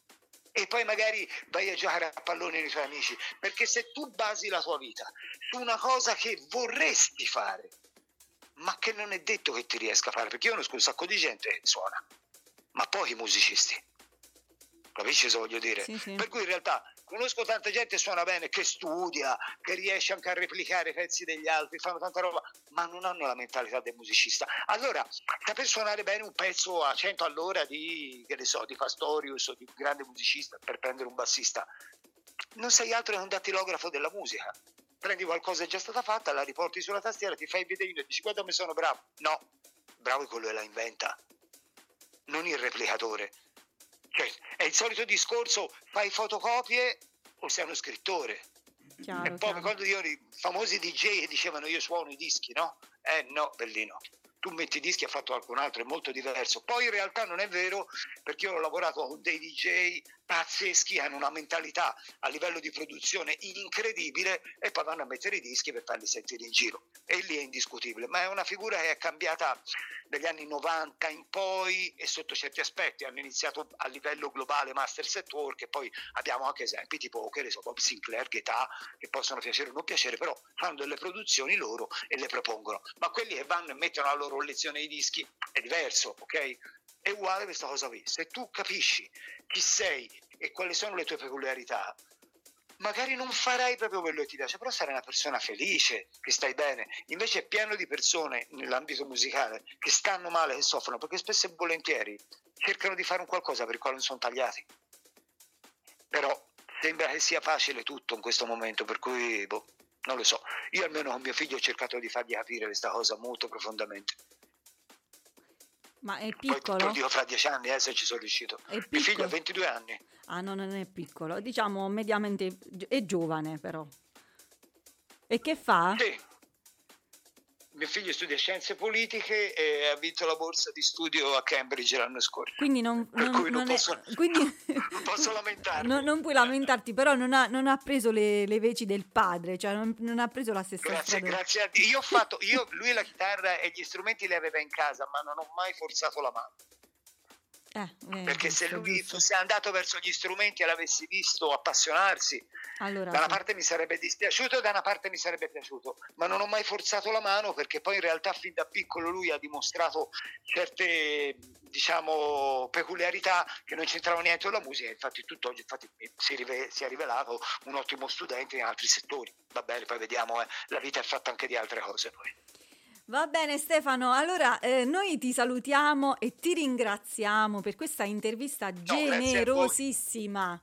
e poi magari vai a giocare a pallone con i tuoi amici, perché se tu basi la tua vita su una cosa che vorresti fare ma che non è detto che ti riesca a fare, perché io conosco un sacco di gente che suona ma pochi musicisti, capisci cosa voglio dire? Sì, sì. Per cui in realtà conosco tanta gente che suona bene, che studia, che riesce anche a replicare i pezzi degli altri, fanno tanta roba, ma non hanno la mentalità del musicista. Allora, saper suonare bene un pezzo a 100 all'ora di, che ne so, di Pastorius o di un grande musicista, per prendere un bassista, non sei altro che un dattilografo della musica. Prendi qualcosa che è già stata fatta, la riporti sulla tastiera, ti fai il videino e dici guarda come sono bravo. No, bravo è quello che la inventa, non il replicatore. Cioè, è il solito discorso, fai fotocopie o sei uno scrittore. Chiaro, e poi quando i famosi DJ che dicevano io suono i dischi, no? No, bellino, tu metti i dischi e ha fatto qualcun altro, è molto diverso. Poi in realtà non è vero, perché io ho lavorato con dei DJ pazzeschi, hanno una mentalità a livello di produzione incredibile e poi vanno a mettere i dischi per farli sentire in giro, e lì è indiscutibile, ma è una figura che è cambiata dagli anni 90 in poi e sotto certi aspetti hanno iniziato a livello globale Masters at Work e poi abbiamo anche esempi tipo che ne so, Bob Sinclair, Guetta, che possono piacere o non piacere, però fanno delle produzioni loro e le propongono, ma quelli che vanno e mettono la loro collezione di dischi è diverso, ok? È uguale questa cosa qui, se tu capisci chi sei e quali sono le tue peculiarità, magari non farai proprio quello che ti piace, però sarai una persona felice, che stai bene. Invece è pieno di persone nell'ambito musicale che stanno male, che soffrono, perché spesso e volentieri cercano di fare un qualcosa per il quale non sono tagliati. Però sembra che sia facile tutto in questo momento, per cui non lo so. Io almeno con mio figlio ho cercato di fargli capire questa cosa molto profondamente. Ma è piccolo? Poi dico fra 10 anni se ci sono riuscito. Mio figlio ha 22 anni. Ah, no, non è piccolo, diciamo mediamente, è giovane però. E che fa? Sì. Mio figlio studia scienze politiche e ha vinto la borsa di studio a Cambridge l'anno scorso. Quindi non posso lamentarmi. Non puoi lamentarti, però non ha preso le veci del padre, cioè non ha preso la stessa strada. Grazie a Dio. Lui la chitarra e gli strumenti li aveva in casa, ma non ho mai forzato la mano. Perché se giusto, lui giusto. fosse andato verso gli strumenti e l'avessi visto appassionarsi, Allora, da una sì. parte mi sarebbe dispiaciuto e da una parte mi sarebbe piaciuto, ma non ho mai forzato la mano, perché poi in realtà fin da piccolo lui ha dimostrato certe, diciamo, peculiarità che non c'entravano niente con la musica. Infatti tutt'oggi si è rivelato un ottimo studente in altri settori. Va bene, poi vediamo, la vita è fatta anche di altre cose poi. Va bene Stefano, allora noi ti salutiamo e ti ringraziamo per questa intervista grazie a voi. generosissima.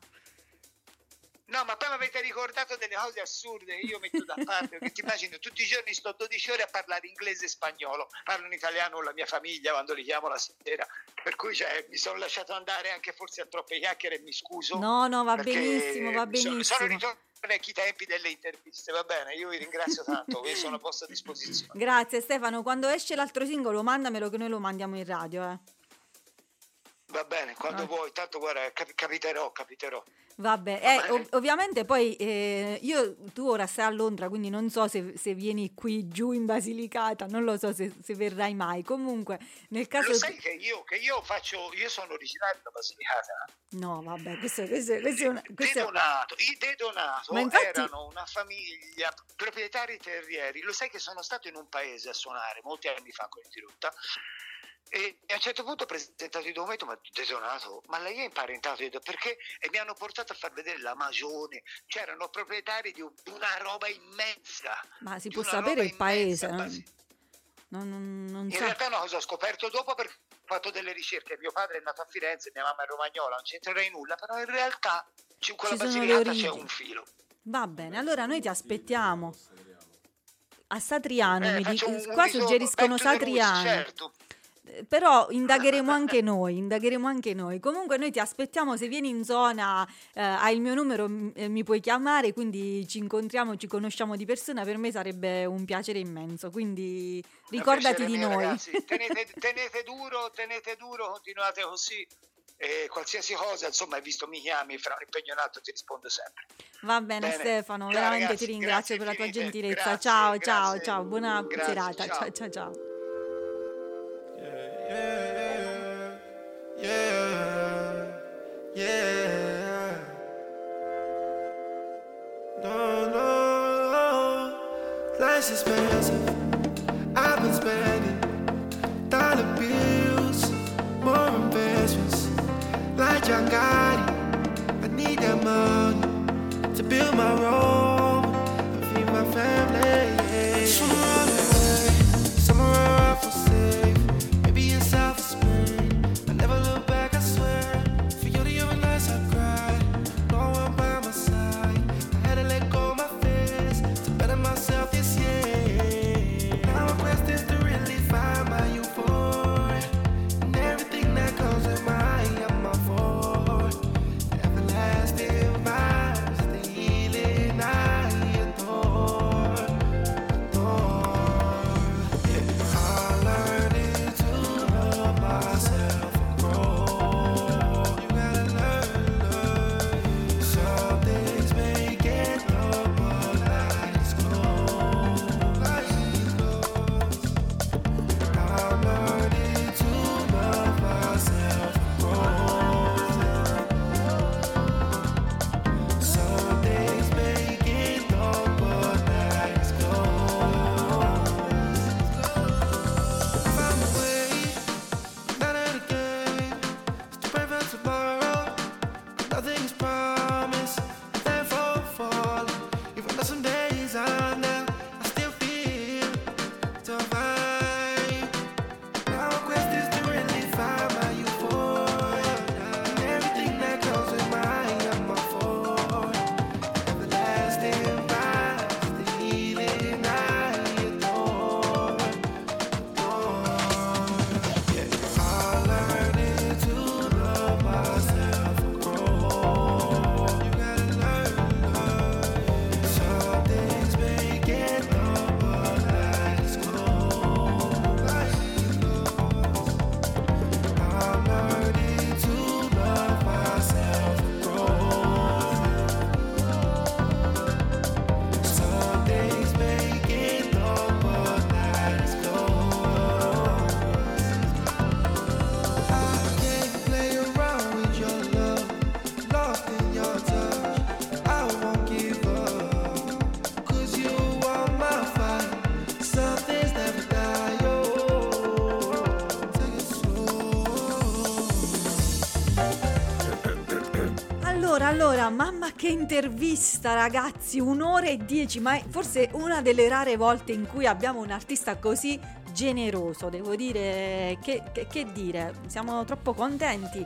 No, ma poi mi avete ricordato delle cose assurde che io metto da parte, perché ti immagino, tutti i giorni sto 12 ore a parlare inglese e spagnolo, parlo in italiano con la mia famiglia quando li chiamo la sera, per cui mi sono lasciato andare anche forse a troppe chiacchiere e mi scuso. No, va perché benissimo, va benissimo. Sono ritorno ai vecchi tempi delle interviste, va bene, io vi ringrazio tanto, io sono a vostra disposizione. Grazie Stefano, quando esce l'altro singolo mandamelo che noi lo mandiamo in radio. Va bene, quando vuoi, tanto guarda, capiterò. Vabbè, ovviamente poi tu ora stai a Londra, quindi non so se vieni qui giù in Basilicata, non lo so se verrai mai. Comunque, nel caso lo sai che io sono originario da Basilicata. No, vabbè, questo è una I Detonato Ma infatti... erano una famiglia, proprietari terrieri. Lo sai che sono stato in un paese a suonare molti anni fa con il Tirutta, e a un certo punto ho presentato il documento, ma Detonato, ma lei è imparentato? Io ho detto, perché? E mi hanno portato a far vedere la Magione, cioè erano proprietari di una roba immensa. Ma si può sapere il paese? Non in so. realtà no, cosa ho scoperto dopo, perché ho fatto delle ricerche. Mio padre è nato a Firenze, mia mamma è romagnola, non c'entrerei nulla, però in realtà con la Basilicata c'è un filo. Va bene, allora noi ti aspettiamo a Satriano, qua ritorno, suggeriscono Satriano. Certo. Però indagheremo anche noi. Comunque noi ti aspettiamo, se vieni in zona, hai il mio numero, mi puoi chiamare, quindi ci incontriamo, ci conosciamo di persona, per me sarebbe un piacere immenso, quindi ricordati di noi. Ragazzi, tenete duro, continuate così, e qualsiasi cosa, insomma, hai visto, mi chiami, fra un impegno e un altro ti rispondo sempre. Va bene. Stefano, Ciao, veramente ragazzi, ti ringrazio per la tua infinite. gentilezza. Grazie, Ciao, buona serata. Ciao. Ciao. Yeah. No. Life's expensive. I've been spending dollar bills, more investments. Like John Gotti, I need that money to build my home and feed my family. Yeah. Somewhere I feel safe. Maybe in South Spain. I never look back, I swear. For you, the other nights I cried. No one by my side. I had to let go of my fears to better myself this year. Now my quest is to really find my euphoria and everything that comes with my I'm all for. Allora, mamma che intervista, ragazzi, 1 ora e 10, ma è forse una delle rare volte in cui abbiamo un artista così generoso, devo dire, che dire, siamo troppo contenti.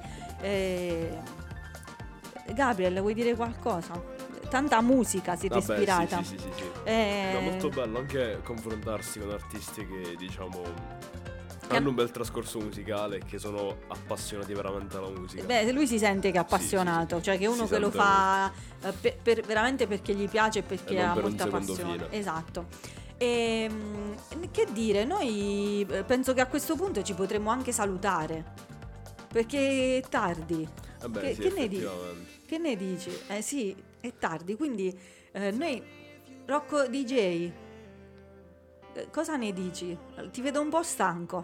Gabriel, vuoi dire qualcosa? Tanta musica si è respirata. Sì. È molto bello anche confrontarsi con artisti che, diciamo, hanno un bel trascorso musicale e che sono appassionati veramente alla musica. Beh, lui si sente che è appassionato, cioè che è uno si che lo sente fa veramente perché gli piace e perché non ha per un molta secondo passione. fine. Esatto. Che dire, noi penso che a questo punto ci potremmo anche salutare, perché è tardi. Vabbè, sì, che ne dici? effettivamente. Che ne dici? Sì, è tardi, quindi noi, Rocco DJ, cosa ne dici? Ti vedo un po' stanco.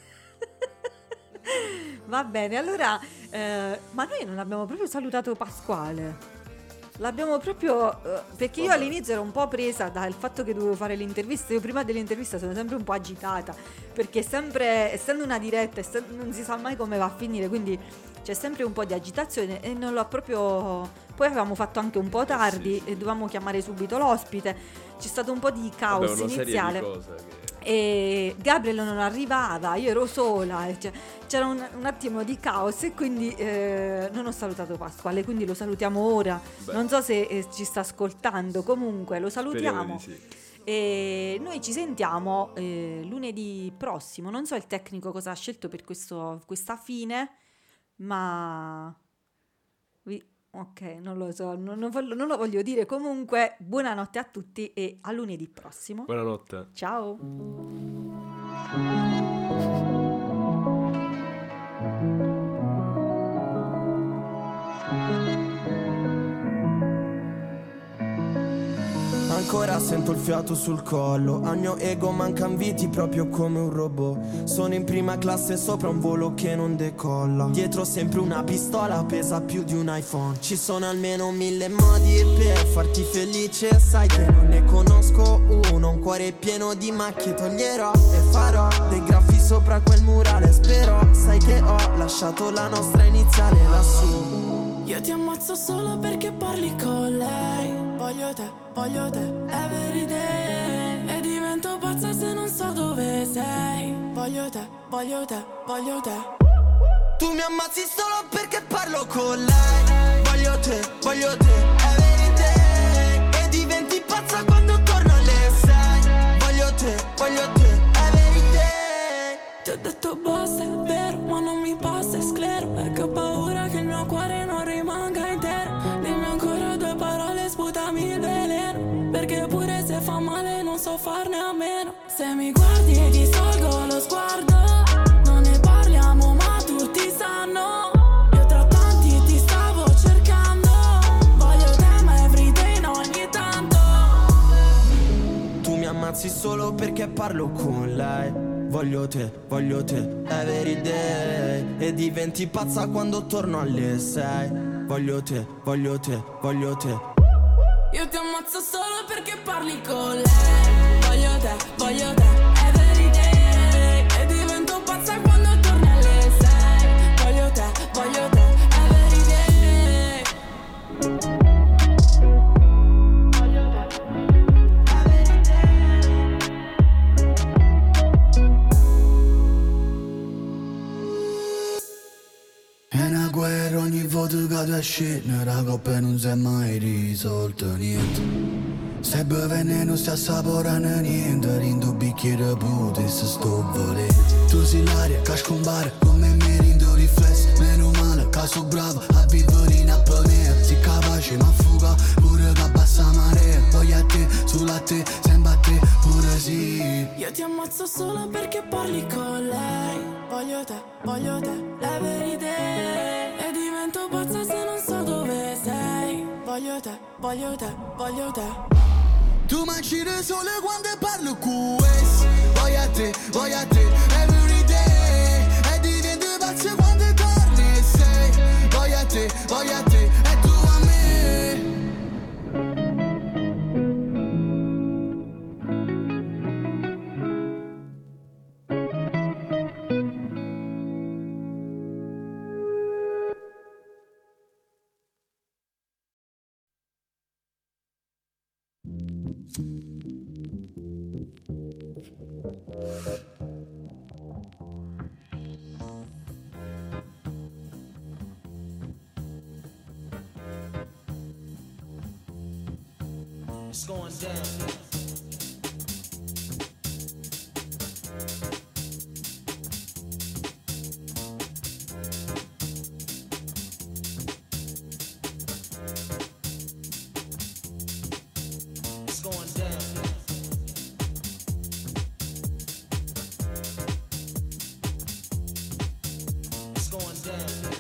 Va bene, allora, ma noi non abbiamo proprio salutato Pasquale. L'abbiamo proprio perché io all'inizio ero un po' presa dal fatto che dovevo fare l'intervista. Io prima dell'intervista sono sempre un po' agitata, perché sempre, essendo una diretta, non si sa mai come va a finire, quindi c'è sempre un po' di agitazione e non l'ho proprio. Poi avevamo fatto anche un po' tardi e dovevamo chiamare subito l'ospite. C'è stato un po' di caos iniziale. Serie di cose che... E Gabriel non arrivava, io ero sola, c'era un attimo di caos e quindi non ho salutato Pasquale, quindi lo salutiamo ora. Beh. Non so se ci sta ascoltando, comunque lo salutiamo. Sì. E noi ci sentiamo lunedì prossimo. Non so il tecnico cosa ha scelto per questa fine, ma ok, non lo so, non lo voglio dire. Comunque, buonanotte a tutti e a lunedì prossimo. Buonanotte. Ciao. Ancora sento il fiato sul collo, al mio ego mancan viti proprio come un robot. Sono in prima classe sopra un volo che non decolla. Dietro sempre una pistola, pesa più di un iPhone. Ci sono almeno 1000 modi per farti felice. Sai che non ne conosco uno, un cuore pieno di macchie. Toglierò e farò dei graffi sopra quel murale. Spero, sai che ho lasciato la nostra iniziale lassù. Io ti ammazzo solo perché parli con lei. Voglio te, every day. E divento pazza se non so dove sei. Voglio te. Tu mi ammazzi solo perché parlo con lei. Voglio te, every day. E diventi pazza quando torno alle 6. Voglio te, every day. Ti ho detto basta, è vero, ma non mi passa, è sclero. Perché ho paura che il mio cuore non rimanga intero. Dimmi ancora 2 parole, sputami il veleno. Perché pure se fa male non so farne a meno. Se mi guardi e ti tolgo lo sguardo, non ne parliamo ma tutti sanno. Io tra tanti ti stavo cercando. Voglio te ma everyday no, ogni tanto. Tu mi ammazzi solo perché parlo con lei. Voglio te, every day. E diventi pazza quando torno alle 6. Voglio te. Io ti ammazzo solo perché parli con lei. Voglio te, every day. E divento pazza quando torni alle 6. Voglio te, every day. È una guerra ogni volta che tu esci, la coppa non si è mai risolto niente. Se bevi non stai assaporando niente, rindo bicchiere puti se sto volendo. Tu sei l'aria che scompare, come mi rindo riflesso. Meno male che sono bravo a vivere in apnea. Sei capace ma fuga pure che abbassa marea. Voglio a te, solo a te, sempre a te, pure sì. Io ti ammazzo solo perché parli con lei. Voglio te, every day. E divento pazza se non so dove sei. Voglio te. Tu mangi le sole quando parlo con questo. Voglio a te, every day. E diventi pazzo quando torni sei. Voglio a te, e tu a me. It's going down. It's going down. It's going down.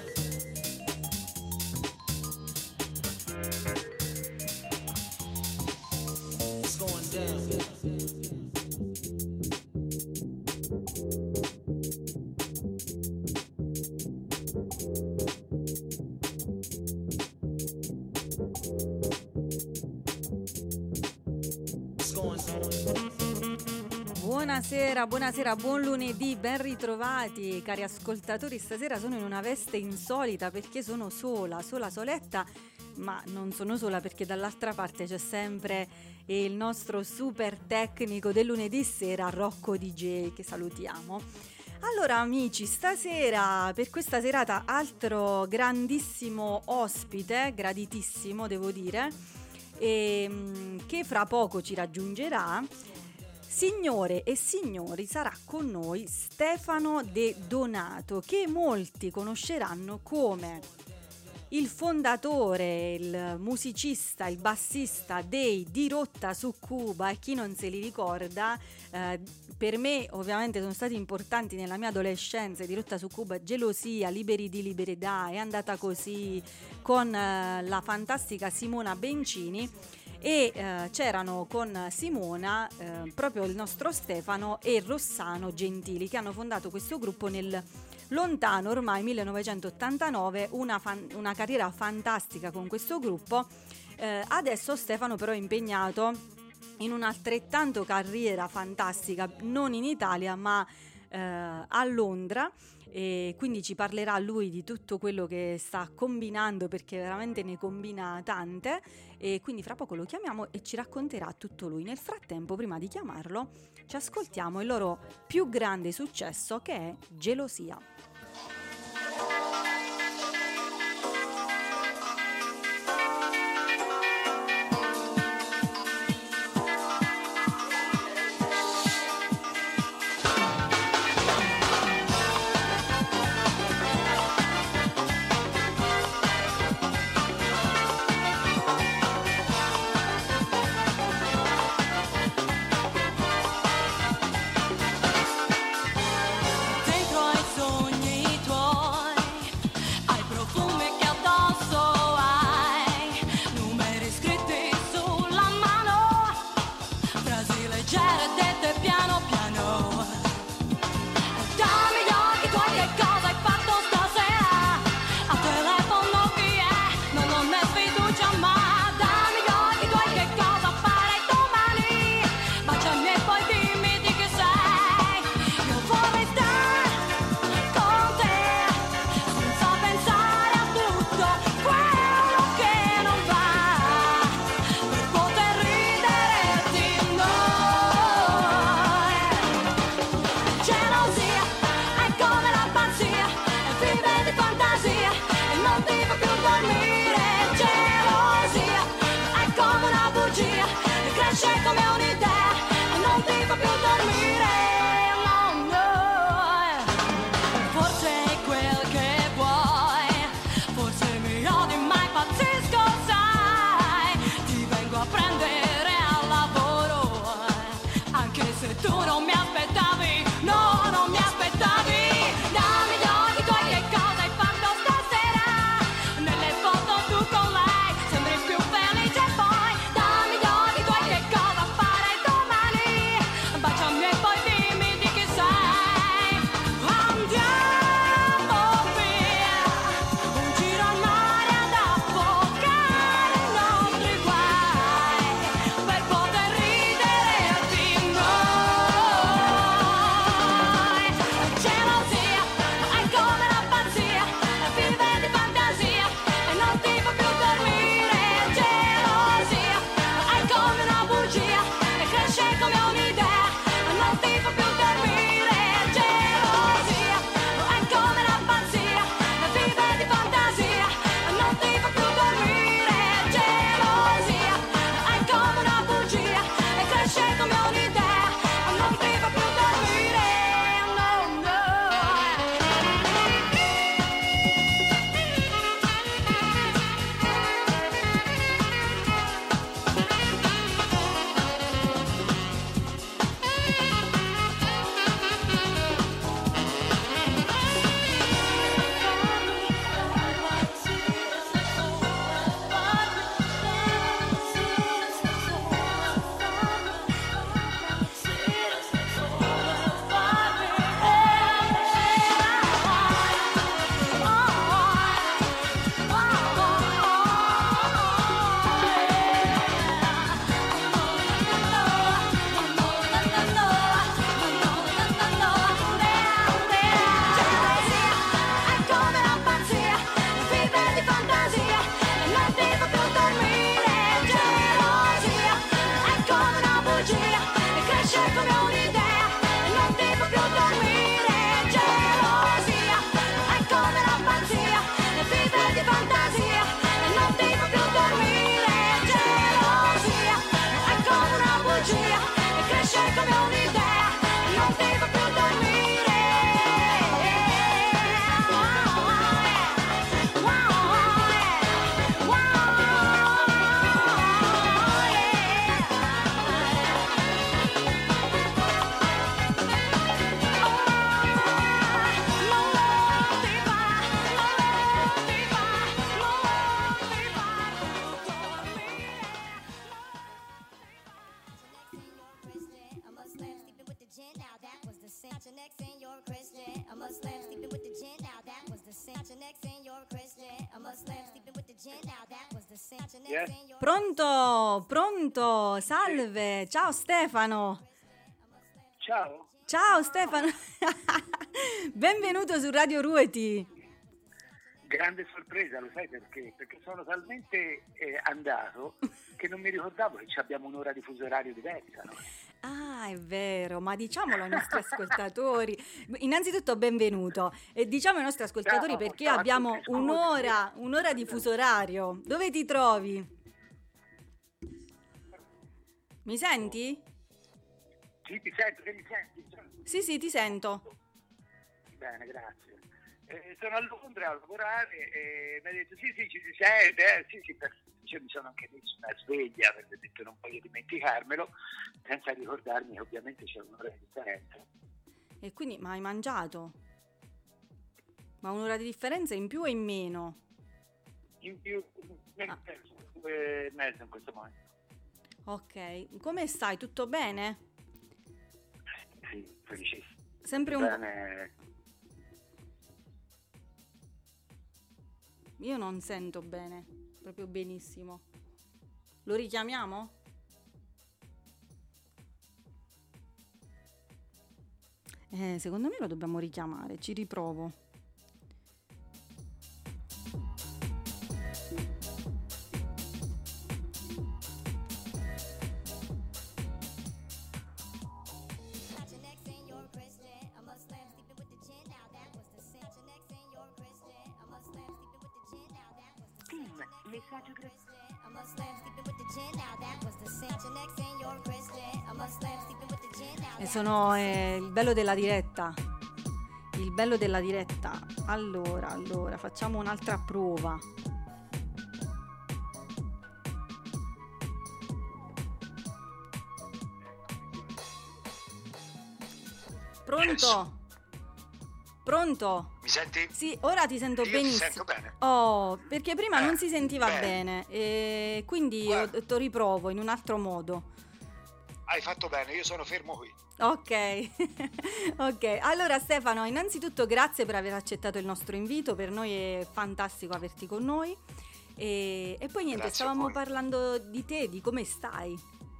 It's going down. It's going down. Buonasera, buonasera, buon lunedì, ben ritrovati cari ascoltatori. Stasera sono in una veste insolita perché sono soletta, ma non sono sola perché dall'altra parte c'è sempre il nostro super tecnico del lunedì sera, Rocco DJ, che salutiamo. Allora amici, stasera per questa serata altro grandissimo ospite, graditissimo devo dire, che fra poco ci raggiungerà. Signore e signori, sarà con noi Stefano De Donato, che molti conosceranno come il fondatore, il musicista, il bassista dei Dirotta su Cuba, e chi non se li ricorda, per me ovviamente sono stati importanti nella mia adolescenza. Dirotta su Cuba, Gelosia, Liberi di Libertà, È andata così, con la fantastica Simona Bencini. E c'erano con Simona proprio il nostro Stefano e Rossano Gentili, che hanno fondato questo gruppo nel lontano ormai 1989, una carriera fantastica con questo gruppo. Adesso Stefano però è impegnato in un'altrettanto carriera fantastica, non in Italia ma a Londra, e quindi ci parlerà lui di tutto quello che sta combinando, perché veramente ne combina tante, e quindi fra poco lo chiamiamo e ci racconterà tutto lui. Nel frattempo, prima di chiamarlo, ci ascoltiamo il loro più grande successo, che è Gelosia. Dentro ai sogni tuoi hai profumi che addosso hai, numeri scritti sulla mano, frasi leggere dette piano piano. Dammi gli occhi tuoi, che cosa hai fatto stasera? Al telefono chi è? Non ho né fiducia ma dammi gli occhi tuoi, che cosa farai domani? Baciami e poi dimmi di chi sei. Io vorrei stare con te senza pensare a tutto quello che non va, per poter ridere di noi. Gelosia è come la pazzia, e vive di fantasia e non ti fa più dormire. Gelosia è come una bugia, e cresce come un'idea e non ti fa più dormire. No, no. Forse è quel che vuoi, forse mi odi ma impazzisco, sai. Ti vengo a prendere al lavoro, anche se tu non mi aspettavi, no, non mi aspettavi. Dammi gli occhi tuoi, che cosa hai fatto stasera? Nelle foto tu con lei sembri più felice poi. Dammi gli occhi tuoi, che cosa farai domani? Baciami e poi bugia e cresce come un'idea e non ti fa più dormire. Gelosia è come la pazzia e vive di fantasia e non ti fa più dormire. Gelosia è come una bugia e cresce come un'idea e non ti fa più dormire. Pronto, pronto, salve, ciao Stefano. Ciao. Ciao Stefano, benvenuto su Radio Ruoti. Grande sorpresa, lo sai perché? Perché sono talmente andato che non mi ricordavo che abbiamo un'ora di fuso orario diversa, no? Ah, è vero, ma diciamolo ai nostri ascoltatori. Innanzitutto benvenuto e diciamo ai nostri ascoltatori perché abbiamo un'ora di fuso orario. Dove ti trovi? Mi senti? Sì, ti sento, che mi senti? Sì, ti sento. Bene, grazie. Sono a Londra a lavorare e mi ha detto sì, ci si sente, sì, mi sono anche messo una sveglia perché ho detto non voglio dimenticarmelo, senza ricordarmi che ovviamente c'è un'ora di differenza. E quindi, ma hai mangiato? Ma un'ora di differenza in più o in meno? In più, penso 2:30 in questo momento. Ok, come stai? Tutto bene? Sì, felicissimo. Sempre un bene. Io non sento bene, proprio benissimo. Lo richiamiamo? Secondo me lo dobbiamo richiamare, ci riprovo. E sono il bello della diretta. Il bello della diretta. Allora, facciamo un'altra prova. Pronto? Pronto? Mi senti? Sì, ora ti sento Io benissimo. ti sento bene. Oh, perché prima non si sentiva bene. E quindi ho detto riprovo in un altro modo. Hai fatto bene, io sono fermo qui. Ok, ok. Allora Stefano, innanzitutto grazie per aver accettato il nostro invito, per noi è fantastico averti con noi. E poi niente, Grazie stavamo parlando di te, di come stai.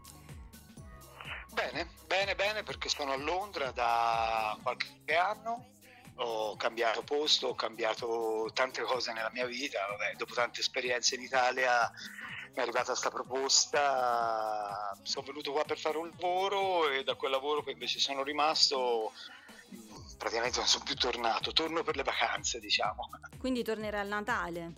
Bene, perché sono a Londra da qualche anno. Ho cambiato posto, ho cambiato tante cose nella mia vita. Vabbè, dopo tante esperienze in Italia mi è arrivata questa proposta, sono venuto qua per fare un lavoro e da quel lavoro che invece sono rimasto praticamente non sono più torno per le vacanze, diciamo. Quindi tornerai al Natale?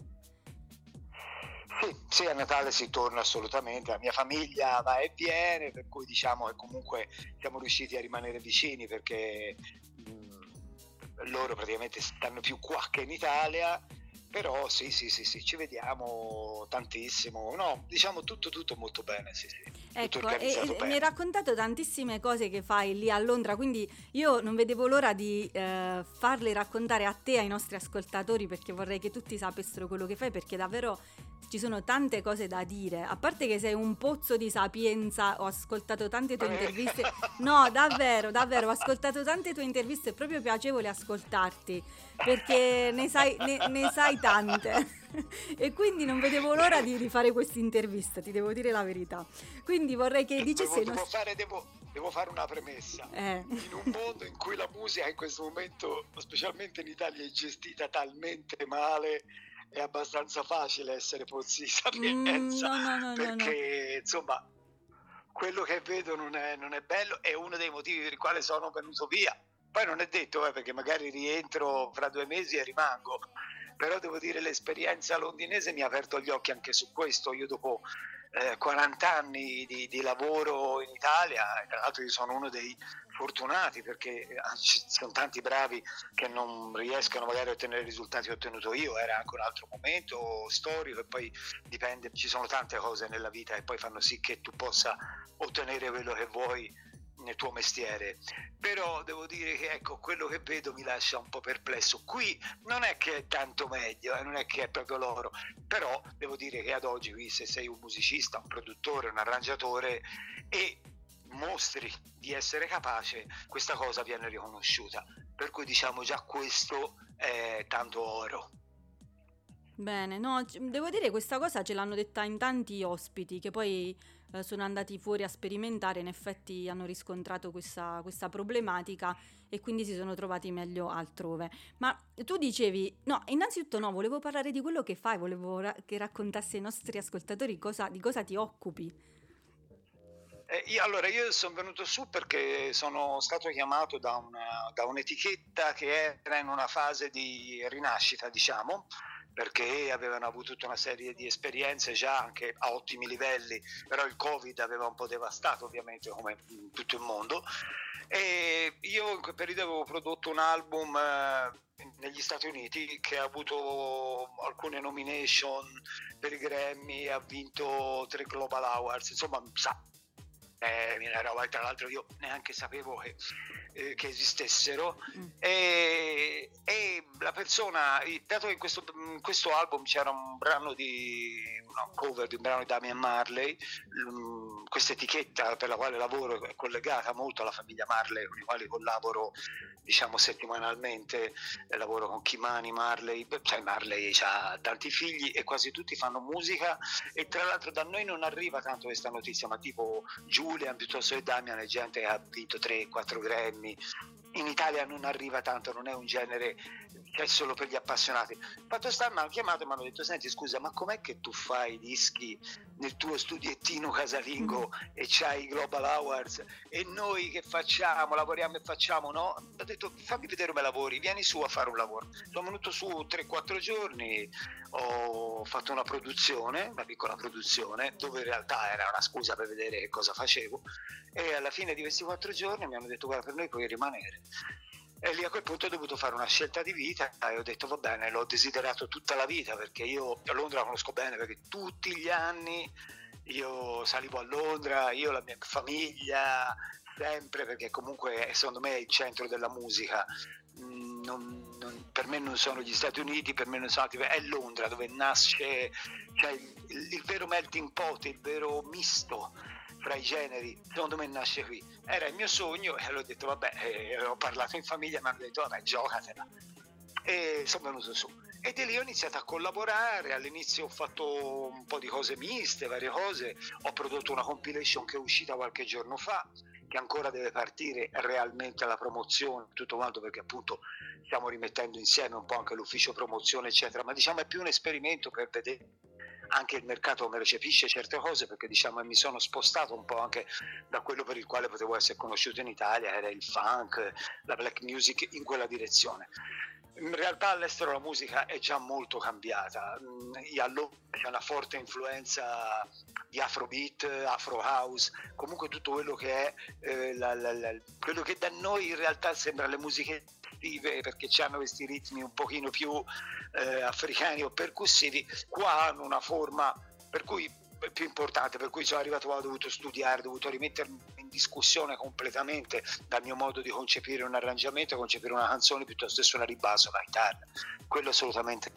Sì, a Natale si torna assolutamente, la mia famiglia va e viene, per cui diciamo che comunque siamo riusciti a rimanere vicini perché loro praticamente stanno più qua che in Italia. Però sì, ci vediamo tantissimo, no, diciamo tutto molto bene, sì. Ecco, e mi hai raccontato tantissime cose che fai lì a Londra, quindi io non vedevo l'ora di farle raccontare a te, ai nostri ascoltatori, perché vorrei che tutti sapessero quello che fai, perché davvero ci sono tante cose da dire, a parte che sei un pozzo di sapienza, ho ascoltato tante tue interviste, no, davvero, ho ascoltato tante tue interviste, è proprio piacevole ascoltarti, perché ne sai tante e quindi non vedevo l'ora di rifare questa intervista, ti devo dire la verità, quindi vorrei che dicessi devo fare una premessa. In un mondo in cui la musica in questo momento, specialmente in Italia, è gestita talmente male, è abbastanza facile essere pozzi di sapienza, perché insomma quello che vedo non è bello, è uno dei motivi per i quali sono venuto via. Poi non è detto, perché magari rientro fra 2 mesi e rimango, però devo dire l'esperienza londinese mi ha aperto gli occhi anche su questo. Io dopo 40 anni di lavoro in Italia, tra l'altro io sono uno dei fortunati, perché ci sono tanti bravi che non riescono magari a ottenere i risultati che ho ottenuto io, era anche un altro momento storico e poi dipende, ci sono tante cose nella vita che poi fanno sì che tu possa ottenere quello che vuoi nel tuo mestiere. Però devo dire che ecco, quello che vedo mi lascia un po' perplesso. Qui non è che è tanto meglio, non è che è proprio l'oro, però devo dire che ad oggi qui, se sei un musicista, un produttore, un arrangiatore e mostri di essere capace, questa cosa viene riconosciuta, per cui diciamo già questo è tanto oro. Bene, no, devo dire questa cosa ce l'hanno detta in tanti ospiti che poi sono andati fuori a sperimentare, in effetti hanno riscontrato questa problematica e quindi si sono trovati meglio altrove. Ma tu dicevi, no, innanzitutto no, volevo parlare di quello che fai, volevo che raccontassi ai nostri ascoltatori di cosa ti occupi. Io sono venuto su perché sono stato chiamato da un'etichetta che era in una fase di rinascita, diciamo, perché avevano avuto tutta una serie di esperienze già anche a ottimi livelli, però il Covid aveva un po' devastato ovviamente come in tutto il mondo, e io in quel periodo avevo prodotto un album negli Stati Uniti che ha avuto alcune nomination per i Grammy, ha vinto 3 Global Awards, insomma tra l'altro io neanche sapevo che esistessero, e la persona, dato che in questo album c'era un brano una cover di un brano di Damian Marley, questa etichetta per la quale lavoro è collegata molto alla famiglia Marley, con i quali collaboro diciamo settimanalmente, lavoro con Kimani Marley, Marley ha tanti figli e quasi tutti fanno musica, e tra l'altro da noi non arriva tanto questa notizia, ma tipo Julian piuttosto che Damian è gente che ha vinto 3-4 Grammy, in Italia non arriva tanto, non è un genere che è solo per gli appassionati. Fatto sta, mi hanno chiamato e mi hanno detto: senti, scusa, ma com'è che tu fai dischi nel tuo studiettino casalingo e c'hai i Global Awards e noi che facciamo, lavoriamo e facciamo, no? Ho detto: fammi vedere come lavori, vieni su a fare un lavoro. Sono venuto su 3-4 giorni, ho fatto una piccola produzione, dove in realtà era una scusa per vedere che cosa facevo, e alla fine di questi 4 giorni mi hanno detto: guarda, per noi puoi rimanere. E lì a quel punto ho dovuto fare una scelta di vita e ho detto: va bene, l'ho desiderato tutta la vita, perché io a Londra la conosco bene, perché tutti gli anni io salivo a Londra, io, la mia famiglia, sempre, perché comunque secondo me è il centro della musica. Per me non sono gli Stati Uniti, per me non sono è Londra, dove nasce, cioè il vero melting pot, il vero misto fra i generi, secondo me nasce qui. Era il mio sogno e allora ho detto vabbè, ho parlato in famiglia e mi hanno detto vabbè, giocatela, e sono venuto su e di lì ho iniziato a collaborare. All'inizio ho fatto un po' di cose miste, varie cose, ho prodotto una compilation che è uscita qualche giorno fa, che ancora deve partire realmente la promozione, tutto quanto, perché appunto stiamo rimettendo insieme un po' anche l'ufficio promozione eccetera, ma diciamo è più un esperimento per vedere anche il mercato come recepisce certe cose, perché diciamo mi sono spostato un po' anche da quello per il quale potevo essere conosciuto in Italia, era il funk, la black music, in quella direzione. In realtà all'estero la musica è già molto cambiata, allora c'è una forte influenza di Afrobeat, Afro House, comunque tutto quello che è quello che da noi in realtà sembra le musiche estive, perché hanno questi ritmi un pochino più africani o percussivi, qua hanno una forma per cui più importante, per cui sono arrivato, ho dovuto studiare, ho dovuto rimettermi in discussione completamente dal mio modo di concepire un arrangiamento, concepire una canzone, piuttosto che suonare il basso, la chitarra, quello assolutamente.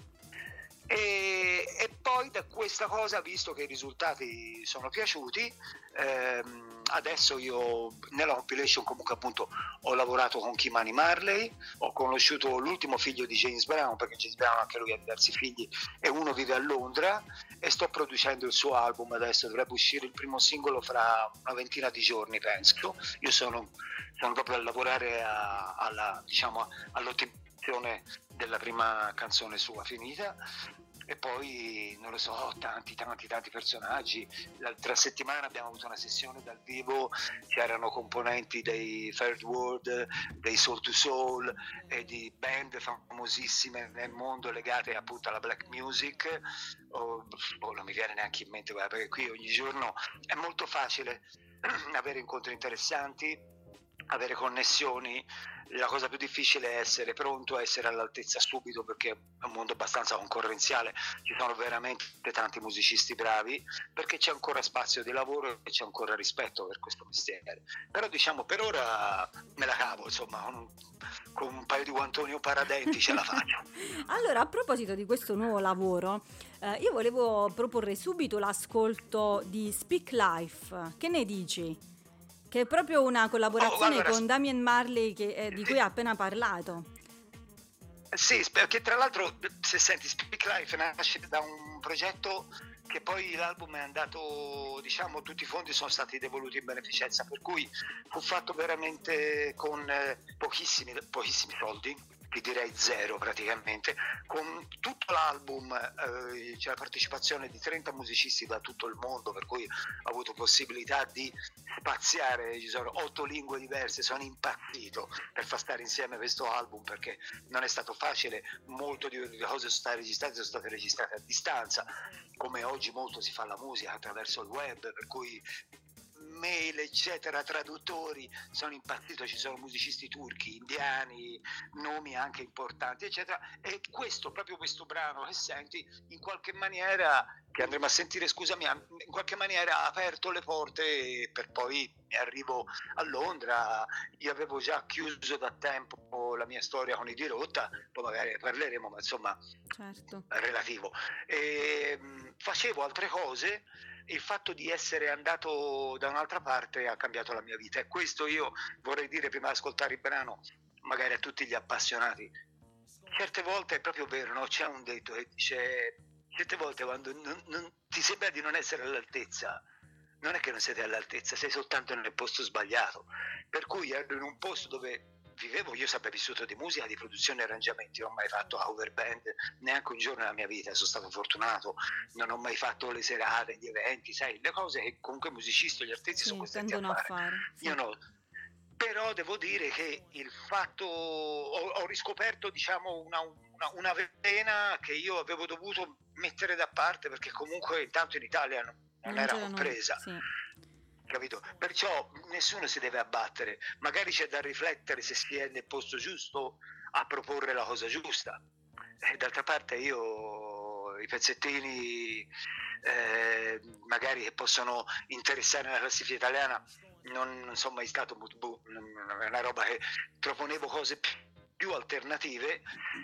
E poi da questa cosa, visto che i risultati sono piaciuti, adesso io nella compilation comunque appunto ho lavorato con Kimani Marley, ho conosciuto l'ultimo figlio di James Brown, perché James Brown anche lui ha diversi figli e uno vive a Londra, e sto producendo il suo album adesso, dovrebbe uscire il primo singolo fra una ventina di giorni penso. Io sono proprio a lavorare all'ottimizzazione della prima canzone sua finita, e poi non lo so, tanti personaggi. L'altra settimana abbiamo avuto una sessione dal vivo, c'erano componenti dei Third World, dei Soul to Soul e di band famosissime nel mondo legate appunto alla black music. Non mi viene neanche in mente, guarda, perché qui ogni giorno è molto facile avere incontri interessanti, avere connessioni. La cosa più difficile è essere pronto, essere all'altezza subito, perché è un mondo abbastanza concorrenziale, ci sono veramente tanti musicisti bravi, perché c'è ancora spazio di lavoro e c'è ancora rispetto per questo mestiere. Però diciamo per ora me la cavo, insomma, con un paio di guantoni o paradenti ce la faccio. Allora, a proposito di questo nuovo lavoro, io volevo proporre subito l'ascolto di Speak Life. Che ne dici? Che è proprio una collaborazione con Damian Marley di cui ha appena parlato. Sì, perché tra l'altro, se senti, Speak Life nasce da un progetto che poi l'album è andato, diciamo, tutti i fondi sono stati devoluti in beneficenza, per cui fu fatto veramente con pochissimi soldi, vi direi zero praticamente, con tutto l'album. C'è la partecipazione di 30 musicisti da tutto il mondo, per cui ho avuto possibilità di spaziare, ci sono 8 lingue diverse, sono impazzito per far stare insieme questo album, perché non è stato facile, molto di cose sono state registrate a distanza, come oggi molto si fa la musica attraverso il web, per cui mail eccetera, traduttori. Sono impazzito, ci sono musicisti turchi, indiani, nomi anche importanti eccetera, e proprio questo brano che senti in qualche maniera, che andremo a sentire, scusami, in qualche maniera ha aperto le porte per poi arrivo a Londra. Io avevo già chiuso da tempo la mia storia con i Dirotta, poi magari parleremo, ma insomma certo, relativo. Facevo altre cose. Il fatto di essere andato da un'altra parte ha cambiato la mia vita, e questo io vorrei dire prima di ascoltare il brano, magari a tutti gli appassionati. Certe volte è proprio vero, no? C'è un detto che dice: certe volte quando non ti sembra di non essere all'altezza, non è che non siete all'altezza, sei soltanto nel posto sbagliato. Per cui ero in un posto dove vivevo, io sempre vissuto di musica, di produzione e arrangiamenti, non ho mai fatto cover band neanche un giorno nella mia vita, sono stato fortunato, non ho mai fatto le serate, gli eventi, sai, le cose che comunque i musicisti o gli artisti sono costretti a fare. Sì. Io no. Però devo dire che il fatto, ho riscoperto, diciamo, una vena che io avevo dovuto mettere da parte, perché comunque intanto in Italia non era compresa. Sì. Capito? Perciò nessuno si deve abbattere, magari c'è da riflettere se si è nel posto giusto a proporre la cosa giusta. D'altra parte io i pezzettini magari che possono interessare la classifica italiana non sono mai stato è una roba che proponevo cose più alternative,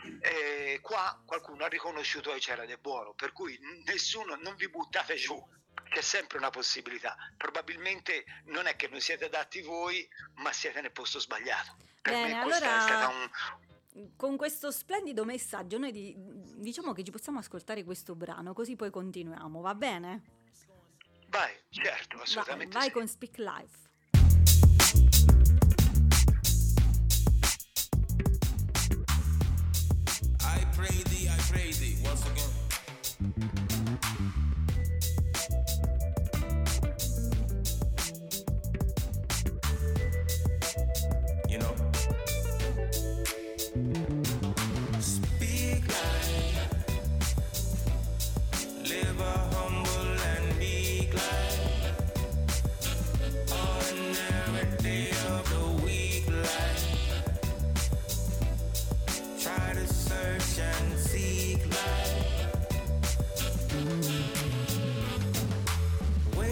qua qualcuno ha riconosciuto che c'era del buono, per cui nessuno, non vi buttate giù, c'è sempre una possibilità. Probabilmente non è che non siete adatti voi, ma siete nel posto sbagliato. Per Bene, me allora, è stata con questo splendido messaggio noi diciamo che ci possiamo ascoltare questo brano, così poi continuiamo, va bene? Vai, certo, assolutamente. Vai sì. con Speak Life.